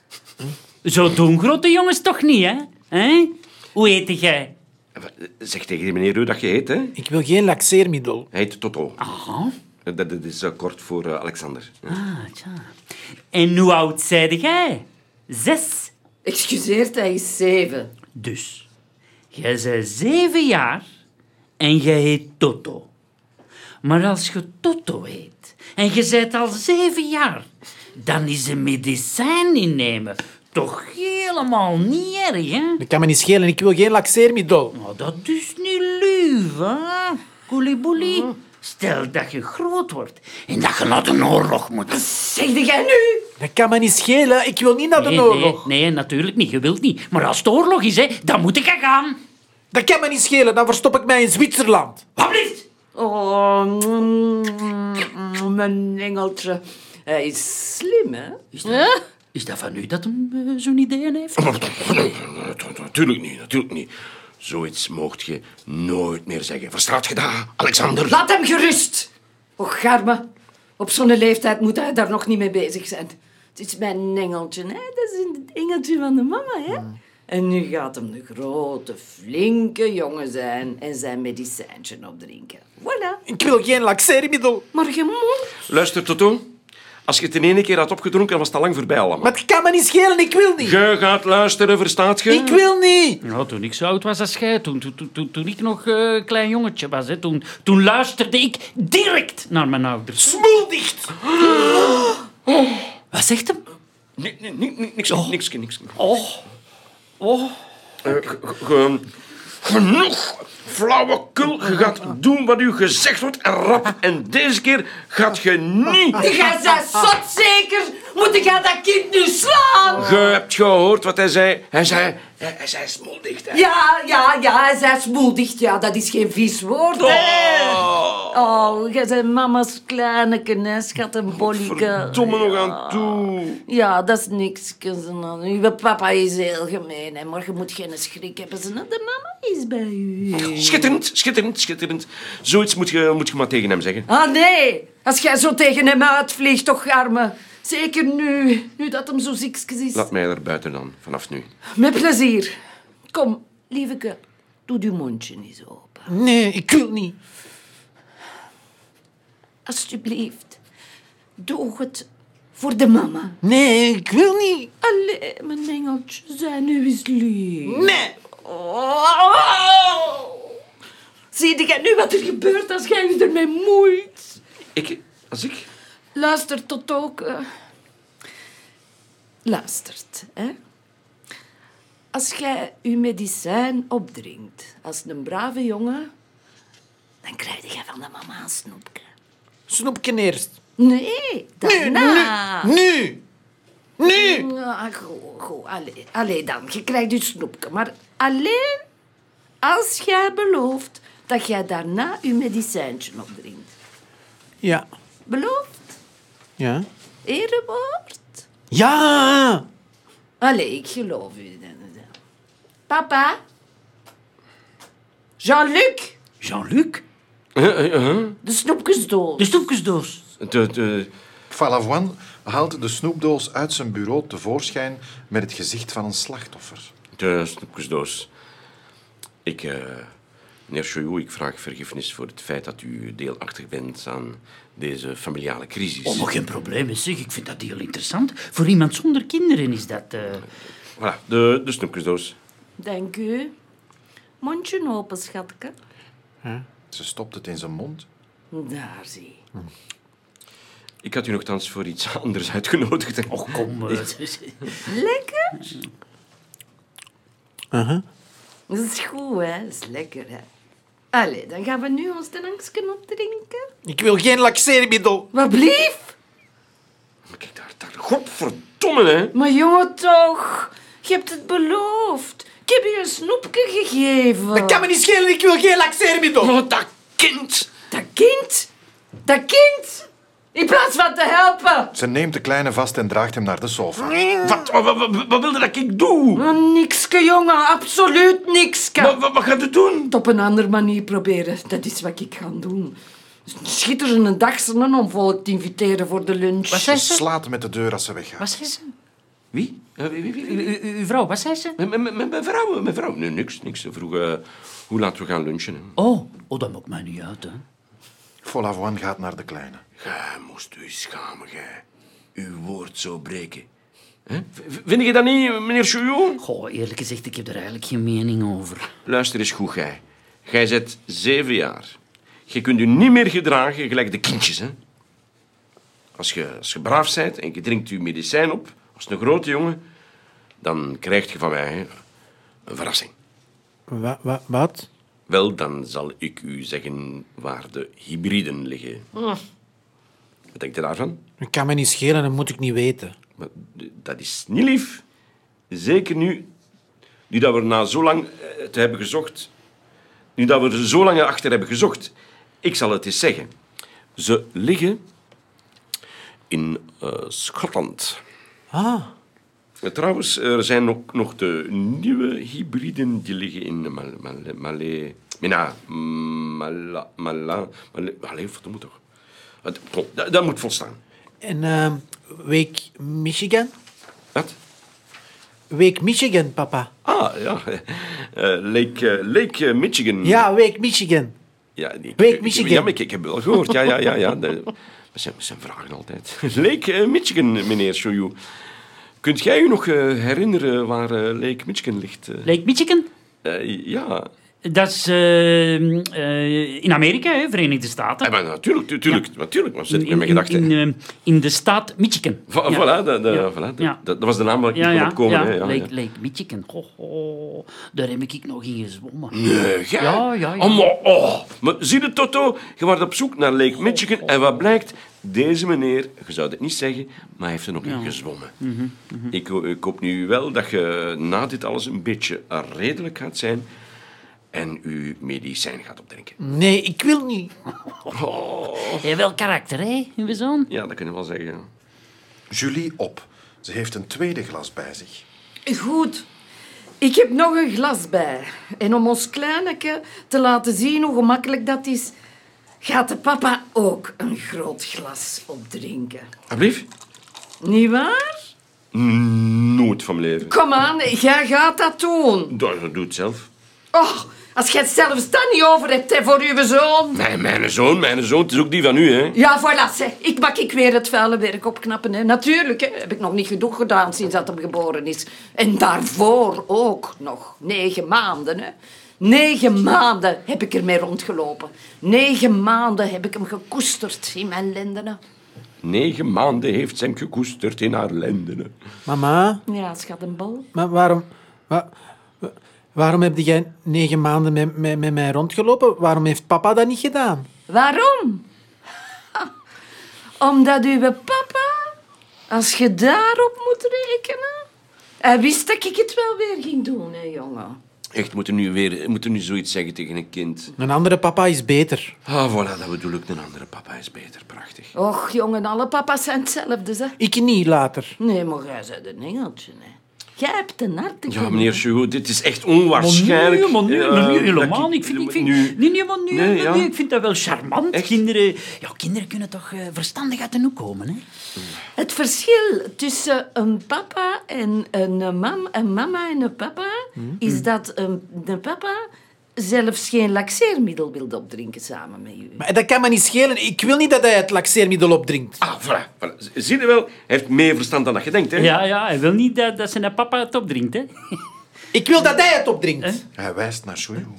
Zo doen grote jongens toch niet, hè? hè? Hoe heet jij? Zeg tegen die meneer hoe dat je heet, hè? Ik wil geen laxeermiddel. Hij heet Toto. Aha. Dat, dat is eh, kort voor eh, Alexander. Ja. Ah, tja. En hoe oud zijde jij? Zes. Excuseert, hij is zeven. Dus, jij bent zeven jaar en jij heet Toto. Maar als je Toto heet en je bent al zeven jaar, dan is een medicijn innemen toch helemaal niet erg, hè? Dat kan me niet schelen, ik wil geen laxeermiddel. Nou, dat is niet lief, hè? Koeliboelie. Stel dat je groot wordt en dat je naar de oorlog moet. Zeg jij nu? Dat kan me niet schelen, ik wil niet naar de Nee, oorlog. nee, nee, natuurlijk niet. Je wilt niet. Maar als het oorlog is, hè, dan moet ik gaan. Dat kan me niet schelen, dan verstop ik mij in Zwitserland. Wat blieft? Oh, mm, mijn engeltje. Hij is slim, hè? Is dat, is dat van u dat hem eh, zo'n idee heeft? Natuurlijk niet, natuurlijk niet. Zoiets moogt je nooit meer zeggen. Verstaat je dat, Alexander? Laat hem gerust. Och, Garme. Op zo'n leeftijd moet hij daar nog niet mee bezig zijn. Het is mijn engeltje, hè? Dat is het engeltje van de mama, hè? En nu gaat hem een grote, flinke jongen zijn en zijn medicijntje opdrinken. Voilà. Ik wil geen laxeermiddel. Maar je moet... Luister, Toto. Als je het in één keer had opgedronken, was het al lang voorbij allemaal. Maar het kan me niet schelen, ik wil niet. Je gaat luisteren, verstaat je? Ik wil niet. Nou, toen ik zo oud was als jij, toen, toen, toen, toen, toen ik nog een uh, klein jongetje was, hè, toen, toen luisterde ik direct naar mijn ouders. Smoel dicht. Oh. Wat zegt hem? Nee, nee, nee, niks, Oh. niks, niks. Oh. Oh. Uh, ge- ge- genoeg flauwekul. Je gaat doen wat u gezegd wordt en rap. En deze keer gaat je niet. Jij bent zot zeker? Moet ik aan dat kind nu slaan? Je hebt gehoord wat hij zei. Hij zei, hij, hij zei smoeldicht. Hè. Ja, ja, ja, hij zei smoeldicht. Ja, dat is geen vies woord, hè? Oh, jij bent mama's kleineke, hè, schat en bollieke. Domme nog aan toe. Ja, dat is niks. Uw papa is heel gemeen, hè, maar je moet geen schrik hebben. De mama is bij u. Schitterend, schitterend, schitterend. Zoiets moet je, moet je maar tegen hem zeggen. Ah, nee. Als jij zo tegen hem uitvliegt, toch, Arme. Zeker nu, nu dat hem zo ziekjes is. Laat mij er buiten dan, vanaf nu. Met plezier. Kom, lieveke, doe je mondje eens open. Nee, ik wil niet. Alsjeblieft, doe het voor de mama. Nee, ik wil niet. Allee, mijn engeltje, zijn nu eens lief. Nee. Oh. Zie je nu wat er gebeurt als jij je ermee moeit? Ik, als ik... Luister tot ook. Uh, luistert, hè. Als jij je medicijn opdrinkt als een brave jongen, dan krijg je van de mama een snoepje. Snoepje eerst. Nee, daarna. Nu. Nu. Ja, goed, goed. Allee, allee dan, je krijgt je snoepje. Maar alleen als jij belooft dat jij daarna je medicijntje opdrinkt. Ja. Beloofd? Ja. Erewoord? Ja. Allee, ik geloof u. Papa? Jean-Luc? Jean-Luc? Uh, uh, uh. De snoepjesdoos. De snoepjesdoos. De, de, Falavoine haalt de snoepdoos uit zijn bureau tevoorschijn met het gezicht van een slachtoffer. de snoepjesdoos. Ik, uh, meneer Choyou, ik vraag vergiffenis voor het feit dat u deelachtig bent aan deze familiale crisis. Oh, maar geen probleem, zeg. Ik vind dat heel interessant. Voor iemand zonder kinderen is dat... Uh... Voilà, de, de snoepjesdoos. Dank u. Mondje open, schatke. Ze stopt het in zijn mond. Daar zie. Ik had u nogthans voor iets anders uitgenodigd. Och, kom. Uh... Lekker? Uh-huh. Dat is goed, hè? Dat is lekker, hè? Allee, dan gaan we nu ons drankje opdrinken. Ik wil geen laxeermiddel. Wat blief? Kijk daar, daar. Godverdomme, hè. Maar jongen, toch. Je hebt het beloofd. Ik heb je een snoepje gegeven. Dat kan me niet schelen, ik wil geen laxeermiddel. Oh, dat kind. Dat kind? Dat kind? In plaats van te helpen. Ze neemt de kleine vast en draagt hem naar de sofa. Wat, wat, wat, wat, wat wilde dat ik doe? Oh, nikske, jongen. Absoluut nikske. Wat, wat, wat gaat u doen? Het op een andere manier proberen. Dat is wat ik ga doen. Schitterende dagsen om volk te inviteren voor de lunch. Wat Ze zei ze? slaat met de deur als ze weggaat. Wat zei ze? Wie? Uh, wie, wie, wie, wie? U- u- Uw vrouw, wat zei ze? Mijn- mijn- mijn- Mijn vrouw, mijn vrouw. Nee, niks, niks. Ze vroeg uh, hoe laten we gaan lunchen. Hè. Oh, oh, dat maakt mij niet uit, hè. Falavoine gaat naar de kleine. Gij moest u schamen, gij. Uw woord zo breken. Hè? V- Vind je dat niet, meneer Chouillon? Goh, eerlijk gezegd, ik heb er eigenlijk geen mening over. Luister eens goed, gij. Gij zet zeven jaar. Je kunt u niet meer gedragen gelijk de kindjes, hè. Als je, als je braaf bent en je drinkt je medicijn op, als een grote jongen, dan krijg je van mij een verrassing. Wa, wa, wat? Wel, dan zal ik u zeggen waar de hybriden liggen. Wat denkt u daarvan? Dat kan me niet schelen, dat moet ik niet weten. Maar dat is niet lief. Zeker nu, nu dat we na zo lang eh, te hebben gezocht... Nu dat we er zo lang achter hebben gezocht... Ik zal het eens zeggen. Ze liggen in uh, Schotland. Ah. Trouwens, er zijn ook nog de nieuwe hybriden die liggen in Mal Mal Malé... Mina, Mala... Mala... Malé... Allee, verdomme toch. Dat, dat, dat moet volstaan. En uh, Wake Michigan? Wat? Wake Michigan, papa. Ah, ja. Uh, Lake, uh, Lake Michigan. Ja, Wake Michigan. Ja, die, Wake ik, Michigan. Ja, maar ik, ik heb wel gehoord. Ja, ja, ja. ja. De, dat, zijn, dat zijn vragen altijd. Lake uh, Michigan, meneer Chouillou. Kunt jij u nog uh, herinneren waar uh, Lake Michigan ligt? Uh? Lake Michigan? Uh, ja. Dat is uh, uh, in Amerika, hè, Verenigde Staten. Ja, maar natuurlijk, natuurlijk. Ja. Natuurlijk, wat zit ik met mijn in, gedachten? in, uh, in de staat Michigan. Va ja. Voilà, de, de, Ja. voilà de, Ja. dat, dat was de naam waar ik Ja, niet kon ja, opkomen. ja. Hè. Ja, Lake, ja. Lake Michigan. Ho, ho. Daar heb ik nog in gezwommen. Nee, jij? Ja, ja, ja. Oh, maar, oh. maar zie je, Toto? Je was op zoek naar Lake Michigan en wat blijkt? Deze meneer, je zou het niet zeggen, maar hij heeft er nog in gezwommen. Mm-hmm, mm-hmm. Ik, ik hoop nu wel dat je na dit alles een beetje redelijk gaat zijn en uw medicijn gaat opdrinken. Nee, ik wil niet. Oh. Hij heeft wel karakter, hè, uw zoon? Ja, dat kun je wel zeggen. Ja. Julie op. Ze heeft een tweede glas bij zich. Goed. Ik heb nog een glas bij. En om ons kleineke te laten zien hoe gemakkelijk dat is, gaat de papa ook een groot glas opdrinken. Alblieft? Niet waar? Nooit van mijn leven. Kom aan, jij gaat dat doen. Dat doe het zelf. Och, als jij het zelfs dan niet over hebt hè, voor uw zoon. Nee, mijn zoon, mijn zoon, het is ook die van u, hè. Ja, voilà, zeg. Ik mag ik weer het vuile werk opknappen. Hè. Natuurlijk, hè. Heb ik nog niet genoeg gedaan sinds dat hij geboren is. En daarvoor ook nog. Negen maanden, hè. Negen maanden heb ik ermee rondgelopen. Negen maanden heb ik hem gekoesterd in mijn lendenen. Negen maanden heeft ze hem gekoesterd in haar lendenen. Mama, Ja, schat een bal. maar waarom... wa- wa- waarom heb jij negen maanden met, met, met mij rondgelopen? Waarom heeft papa dat niet gedaan? Waarom? Ha, omdat uw papa, als je daarop moet rekenen, hij wist dat ik het wel weer ging doen, hè, jongen. Echt, moet er nu weer moet er nu zoiets zeggen tegen een kind. Een andere papa is beter. Ah, voilà, dat bedoel ik. Een andere papa is beter. Prachtig. Och, jongen, alle papa's zijn hetzelfde, hè. Ik niet later. Nee, maar jij bent een engeltje, hè. Jij hebt een hart. Ja, meneer Chouillou, dit is echt onwaarschijnlijk. Maar nee, maar Ja, nee, dat helemaal ik- niet. Ik vind, ik vind, nu- nee, nee, maar nee, Nee, nee, ja. nee, ik vind dat wel charmant. Echt? Kinderen, ja, kinderen kunnen toch uh, verstandig uit de hoek komen, hè? Het verschil tussen een papa en een, mam, een mama en een papa is dat een, een papa zelfs geen laxeermiddel wil opdrinken samen met u. Maar dat kan me niet schelen. Ik wil niet dat hij het laxeermiddel opdrinkt. Ah, voilà, voilà. Zie je wel? Hij heeft meer verstand dan dat je denkt, hè? Ja, ja, hij wil niet dat, dat zijn papa het opdrinkt, hè? Ik wil dat hij het opdrinkt. Hij wijst naar Chouillou.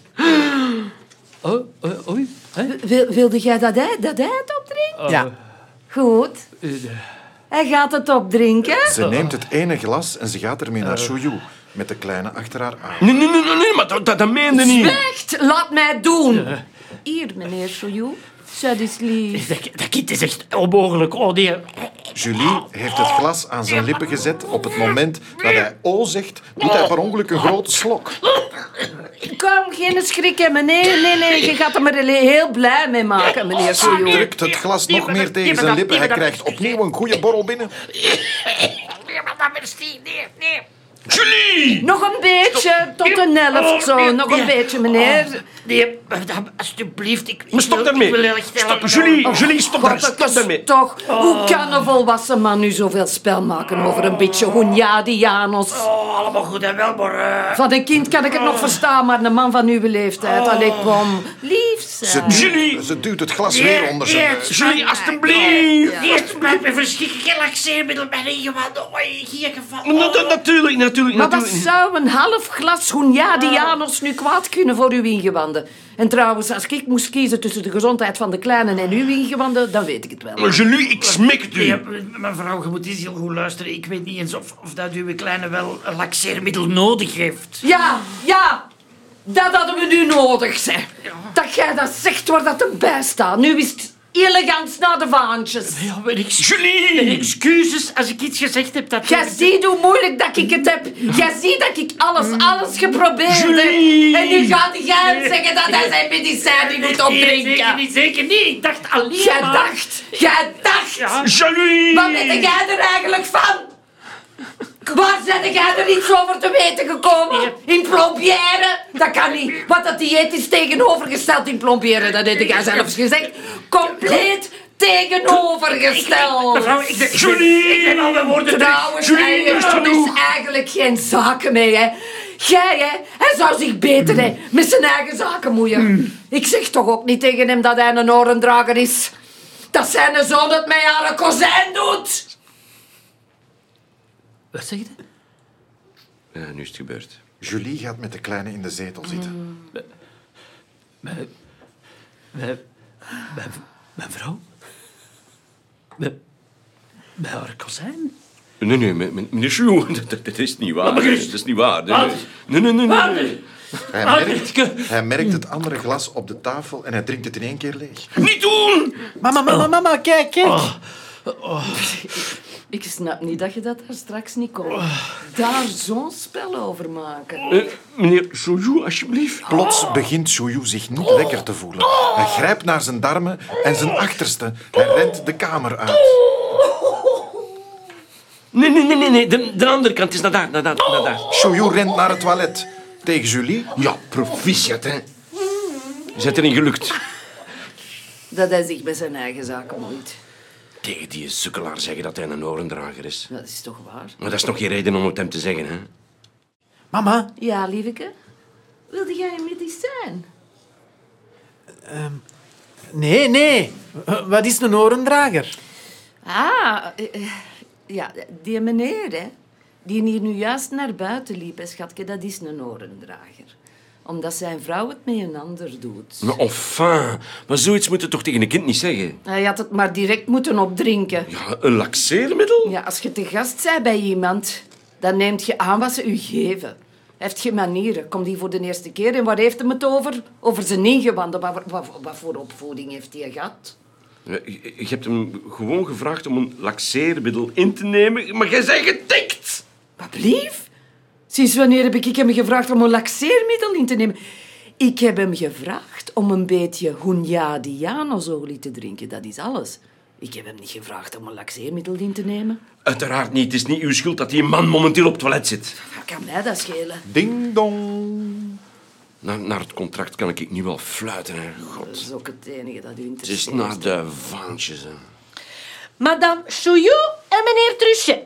Oh, oh, oei. Hè? Wil, wilde jij dat hij, dat hij het opdrinkt? Ja. Goed. Hij gaat het opdrinken. Ze neemt het ene glas en ze gaat ermee naar Chouillou, met de kleine achter haar aan. Nee, nee, nee, nee, nee, maar dat, dat, dat meende niet. Echt, laat mij het doen. Hier, meneer Chouillou. Zet eens lief. Dat, dat kind is echt onmogelijk. Oh, nee. Julie heeft het glas aan zijn lippen gezet. Op het moment dat hij o zegt, doet hij per ongeluk een grote slok. Kom, geen schrik hebben. Nee, nee, nee. Je gaat hem er heel blij mee maken, meneer Hij Chouillou. drukt het glas nog meer tegen zijn lippen. Hij krijgt opnieuw een goede borrel binnen. Nee, madame, merci. Nee, nee. Julie! Nog een beetje, tot een helft zo. Nog een beetje, meneer. Nee, madame, alsjeblieft. Ik, Maar stop ik wil- daarmee. Ik wil echt Stop, helpen. Julie, Julie, stop daar. Godtekes, Stop daarmee. toch. Hoe kan een volwassen man nu zoveel spel maken over een beetje Hunyadianos? Oh, allemaal goed en wel, maar... eh, Van een kind kan ik het nog verstaan, maar een man van uw leeftijd. Allee, kom. Lief, liefs. Ze, Julie! ze duwt het glas weer onder zijn... Eerst Julie, alstublieft! Eerst met mijn verschrikkelijke laxeermiddel bij de ingewanden. Oh, hier gevallen. Na- na- Natuurlijk, natuurlijk, Maar wat natuurlijk. zou een half glas Hunyadianos nu kwaad kunnen voor uw ingewanden? En trouwens, als ik moest kiezen tussen de gezondheid van de kleinen en uw ingewanden, dan weet ik het wel. Maar Julie, ik smeek het u. Ja, mevrouw, je moet eens heel goed luisteren. Ik weet niet eens of, of dat uw kleine wel een laxeermiddel nodig heeft. Ja, ja, dat hadden we nu nodig, zeg. Dat jij dat zegt waar dat erbij staat. Nu is het elegant naar de vaantjes. Ja, mijn, ex Julie! excuses als ik iets gezegd heb dat... Jij ziet hoe moeilijk dat ik het heb. Jij ziet dat ik alles, alles geprobeerd heb. Julie! En nu gaat jij zeggen dat hij zijn medicijn niet moet Nee, zeker opdrinken. niet, zeker niet. Ik dacht alleen Jij maar... dacht, jij dacht. Julie! Wat weet jij er eigenlijk van? Waar ben jij er iets over te weten gekomen? In plombieren? Dat kan niet. Wat dat dieet is tegenovergesteld in plombieren, dat heb jij zelfs gezegd. Compleet tegenovergesteld. Mevrouw, ik ben... Julie! Ik ben al mijn woorden terug. Trouwens, Julie, hij is heeft er genoeg. dus eigenlijk geen zaken mee, hè. Jij, hè, hij zou zich beter hè, met zijn eigen zaken moeien. Ik zeg toch ook niet tegen hem dat hij een orendrager is. Dat zijn zoon het mij aan een kozijn doet. Wat zeg je? Ja, nu is het gebeurd. Julie gaat met de kleine in de zetel zitten. Mijn... Mijn... Mijn, mijn vrouw? Mijn... Mijn haar kozijn? Nee, nee, men- meneer Chou, dat, dat is niet waar. maar Dat gerust. is niet waar. Nee, Wat? nee, nee, nee. nee, Wat? nee. Hij merkt, hij merkt het andere glas op de tafel en hij drinkt het in één keer leeg. Niet doen! Mama, mama, mama, kijk, kijk. Ik snap niet dat je dat daar straks niet kon. Daar zo'n spel over maken. Eh, meneer Chou, alsjeblieft. Plots begint Chouyu zich niet lekker te voelen. Hij grijpt naar zijn darmen en zijn achterste. Hij rent de kamer uit. Nee, nee, nee, nee, nee. De, de andere kant is naar daar, naar daar, naar daar. Chouyu rent naar het toilet. Tegen Julie. Ja, proficiat, hè. Zet erin gelukt. Dat hij zich met zijn eigen zaken moeit. Tegen die sukkelaar zeggen dat hij een orendrager is. Dat is toch waar? Maar dat is nog geen reden om het hem te zeggen, hè. Mama, Ja, lieveke. Wilde jij een medicijn? nee, nee. Wat is een orendrager? Ah, eh, eh, ja, die meneer, hè, die hier nu juist naar buiten liep, hè, schatje, dat is een orendrager. Omdat zijn vrouw het met een ander doet. Maar enfin, maar zoiets moet je toch tegen een kind niet zeggen? Hij had het maar direct moeten opdrinken. Ja, een laxeermiddel? Ja, als je te gast bent bij iemand, dan neemt je aan wat ze u geven. Hij heeft geen manieren. Komt hij voor de eerste keer en waar heeft hij het over? Over zijn ingewanden. Wat, wat, wat voor opvoeding heeft hij gehad? Ja, Je je hebt hem gewoon gevraagd om een laxeermiddel in te nemen, maar jij bent getikt! Wat blief? Sinds wanneer heb ik hem gevraagd om een laxeermiddel in te nemen? Ik heb hem gevraagd om een beetje Hunyadianosolie te drinken. Dat is alles. Ik heb hem niet gevraagd om een laxeermiddel in te nemen. Uiteraard niet. Het is niet uw schuld dat die man momenteel op het toilet zit. Wat kan mij dat schelen? Ding dong. Naar, naar het contract kan ik nu wel fluiten, hè. Dat God. is ook het enige dat u Het is interesseert. naar de vaantjes, hè. Madame Chouillou en meneer Truche.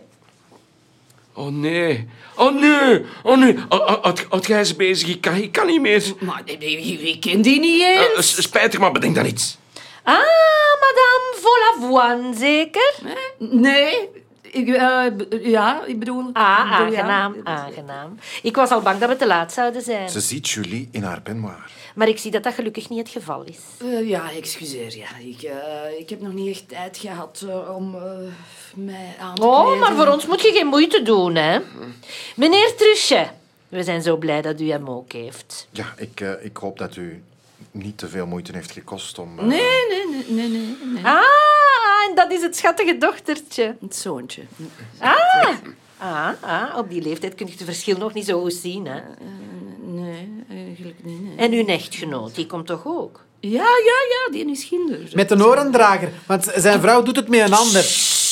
Oh nee. Oh nee. Oh nee. Houd houd jij eens bezig. Ik kan, ik kan niet meer. Maar nee, nee, ik ken die niet eens. Uh, s- spijtig, maar bedenk dan iets. Ah, madame Volavoine, zeker? Nee, ik, eh, b- ja, ik bedoel... Ah, ik bedoel, ja. aangenaam, aangenaam. Ik was al bang dat we te laat zouden zijn. Ze ziet Julie in haar peignoir. Maar ik zie dat dat gelukkig niet het geval is. Eh, ja, excuseer. Ja. Ik, eh, ik heb nog niet echt tijd gehad eh, om eh, mij aan te Oh, kleden. maar voor ons moet je geen moeite doen, hè. Meneer Truche, we zijn zo blij dat u hem ook heeft. Ja, ik, eh, ik hoop dat u niet te veel moeite heeft gekost om... eh, Nee, nee, nee, nee, nee, nee. Ah, en dat is het schattige dochtertje. Het zoontje. Ah, ah, ah, op die leeftijd kun je het verschil nog niet zo goed zien, hè. Nee, eigenlijk niet. Nee. En uw echtgenoot, die komt toch ook? Ja, ja, ja, die is kinder. Met een orendrager, want zijn vrouw doet het met een ander.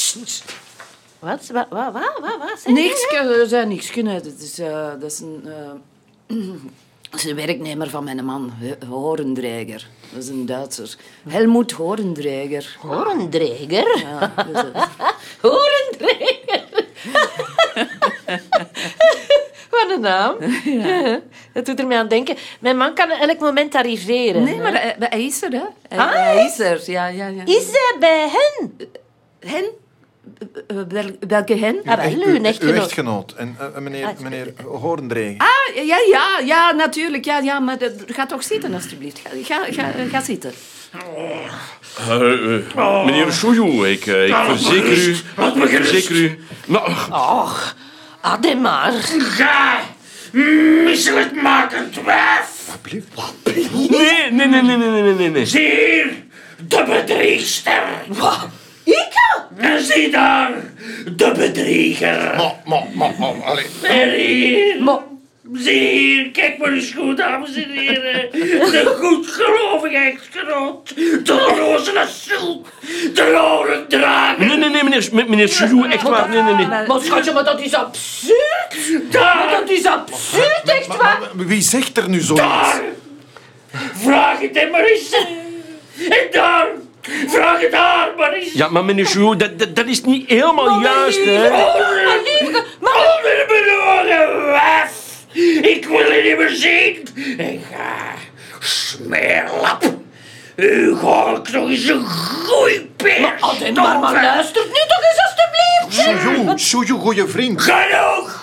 Wat? Wat? Wat? Wat? Wat? Wat? Zeg Niks, je? we zijn niks kunnen. Dat is, eh, dat is een... eh, dat is een werknemer van mijn man, H- Horendreiger. Dat is een Duitser. Helmoet Horendreiger. Horendreiger? Ja, dus, eh, Horendreiger. Wat een naam. Ja. Dat doet er mij aan denken. Mijn man kan elk moment arriveren. Nee, hè? maar hij, hij is er, hè. Hij, Ah, hij is er, ja, ja, ja. Is hij bij hen? Hen? Uh, wel, welke hen? Ah, wel, Echt, uw uw echtgenoot. echtgenoot. En uh, meneer, Ah, meneer Hoorndregen. Ah, ja, ja, ja, natuurlijk. Ja, ja, maar de, ga toch zitten, alstublieft. Ga, ga, ga, ga zitten. Uh, uh, meneer Chouillou, ik, uh, ik verzeker u... Laat me Ik gerust. verzeker u... Nou, Och, Ademar. Ga! Misselijk makend wijf! nee, nee, nee, nee, nee, nee, nee, nee. Zie hier, de bedriegster. Wat? Ik? En zie daar, de bedrieger. Ma, ma, ma, ma, allee. En hier, Maar, zie hier, kijk maar eens goed, dames en heren. De goedgelovige echtgenoot, de roze ziel, de rode drager. Nee, nee, nee, meneer, meneer Chouillou, echt waar. Nee, nee, nee. maar schatje, maar dat is absurd. Daar, Maar dat is absurd, echt Maar- waar. maar Wie zegt er nu zoiets? daar. Vraag het hem maar eens. En daar, vraag het haar maar eens. Ja, maar meneer Chouillou, dat, dat, dat is niet helemaal juist, hè. Maar lieve, maar... Onderbenomen wijf! Ik wil je niet meer zien! En ga, smeerlap! U ga ik nog eens een goeie peer Ademar, maar luister nu toch eens alstublieft. Chouillou, Chouillou, goeie vriend. Genoeg!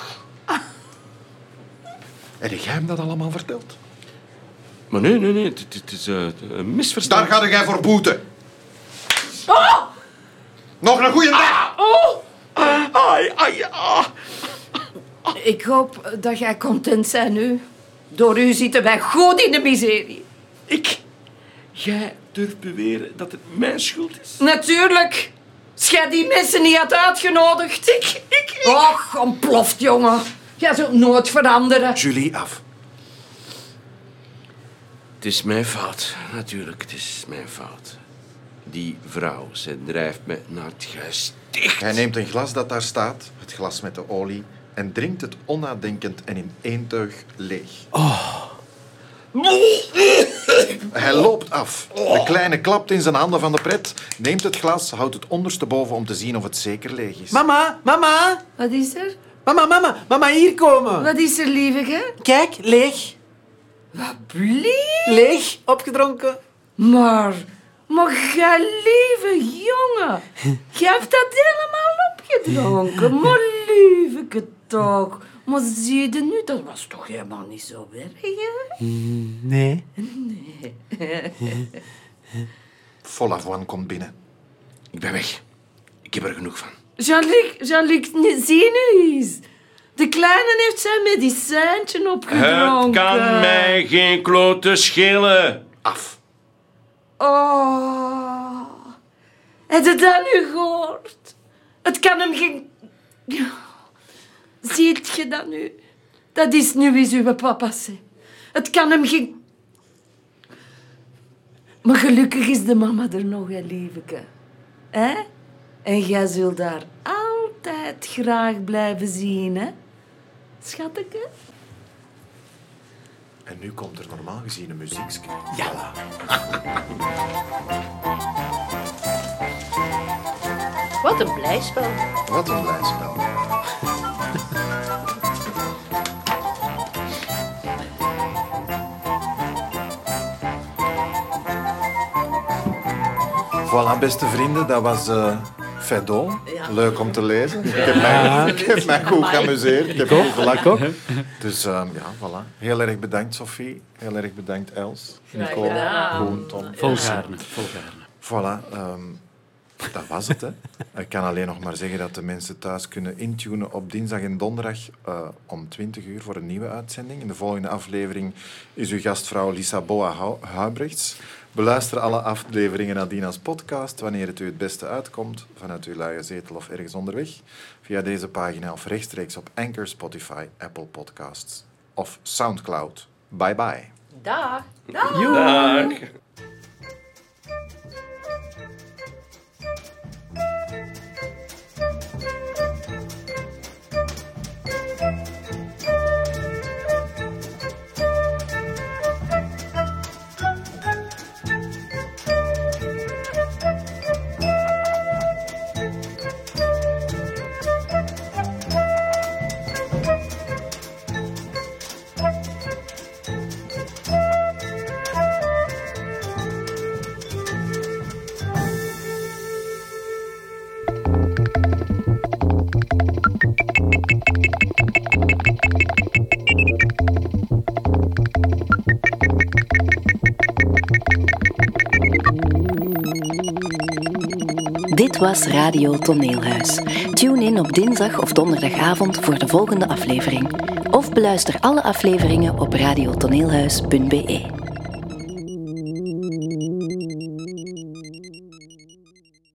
Heb jij hem dat allemaal verteld? Maar nee, nee, nee, het, het is uh, een misverstand. Daar ga jij voor boeten. Oh, Nog een goeie dag. oh. Ai, ai, ah. Ik hoop dat jij content bent nu. Door u zitten wij goed in de miserie. Ik... Jij durft beweren dat het mijn schuld is? Natuurlijk. Als jij die mensen niet had uitgenodigd. Ik, ik, ik. Och, ontploft, jongen. Jij zult nooit veranderen. Julie, af. Het is mijn fout, natuurlijk, het is mijn fout. Die vrouw, ze drijft me naar het gesticht. Hij neemt een glas dat daar staat, het glas met de olie, en drinkt het onnadenkend en in één teug leeg. Hij loopt af. De kleine klapt in zijn handen van de pret, neemt het glas, houdt het ondersteboven om te zien of het zeker leeg is. Mama, mama. Wat is er? Mama, mama, mama, hier komen. Wat is er, lievige? Kijk, leeg. Wat blief. Leeg, opgedronken. Maar, maar gij lieve jongen. Jij hebt dat helemaal opgedronken. Maar lieveke toch. Maar zie je nu, dat was toch helemaal niet zo erg, hè? Nee. Follavoine komt binnen. Ik ben weg. Ik heb er genoeg van. Jean-Luc, Jean-Luc, nee, zie nu eens. De kleine heeft zijn medicijntje opgedronken. Het kan mij geen klote schelen. Af. Oh. Heb je dat nu gehoord? Het kan hem geen... Ziet je dat nu? Dat is nu eens uw papa, zeg. Het kan hem geen... Maar gelukkig is de mama er nog, hè, lieveke. Hè? En jij zult daar altijd graag blijven zien, hè? Schatteke? En nu komt er normaal gezien een muziekje. Ja. Wat een blijspel. Wat een blijspel. Voilà, beste vrienden, dat was uh, Fedon. Leuk om te lezen. Ik heb mij, ik heb mij goed geamuseerd. Ik heb goed gelachen. Dus uh, ja, voilà. Heel erg bedankt, Sophie. Heel erg bedankt, Els. Nicole, Koen, Tom. Volgaarne, volgaarne. Voilà, um, dat was het. Hè. Ik kan alleen nog maar zeggen dat de mensen thuis kunnen intunen op dinsdag en donderdag uh, om twintig uur voor een nieuwe uitzending. In de volgende aflevering is uw gastvrouw Lisa Boa Huibrechts. Beluister alle afleveringen nadien als podcast, wanneer het u het beste uitkomt, vanuit uw luie zetel of ergens onderweg, via deze pagina of rechtstreeks op Anchor, Spotify, Apple Podcasts of Soundcloud. Bye bye. Dag. Dag. Dag. Dit was Radio Toneelhuis. Tune in op dinsdag of donderdagavond voor de volgende aflevering. Of beluister alle afleveringen op radiotoneelhuis punt be.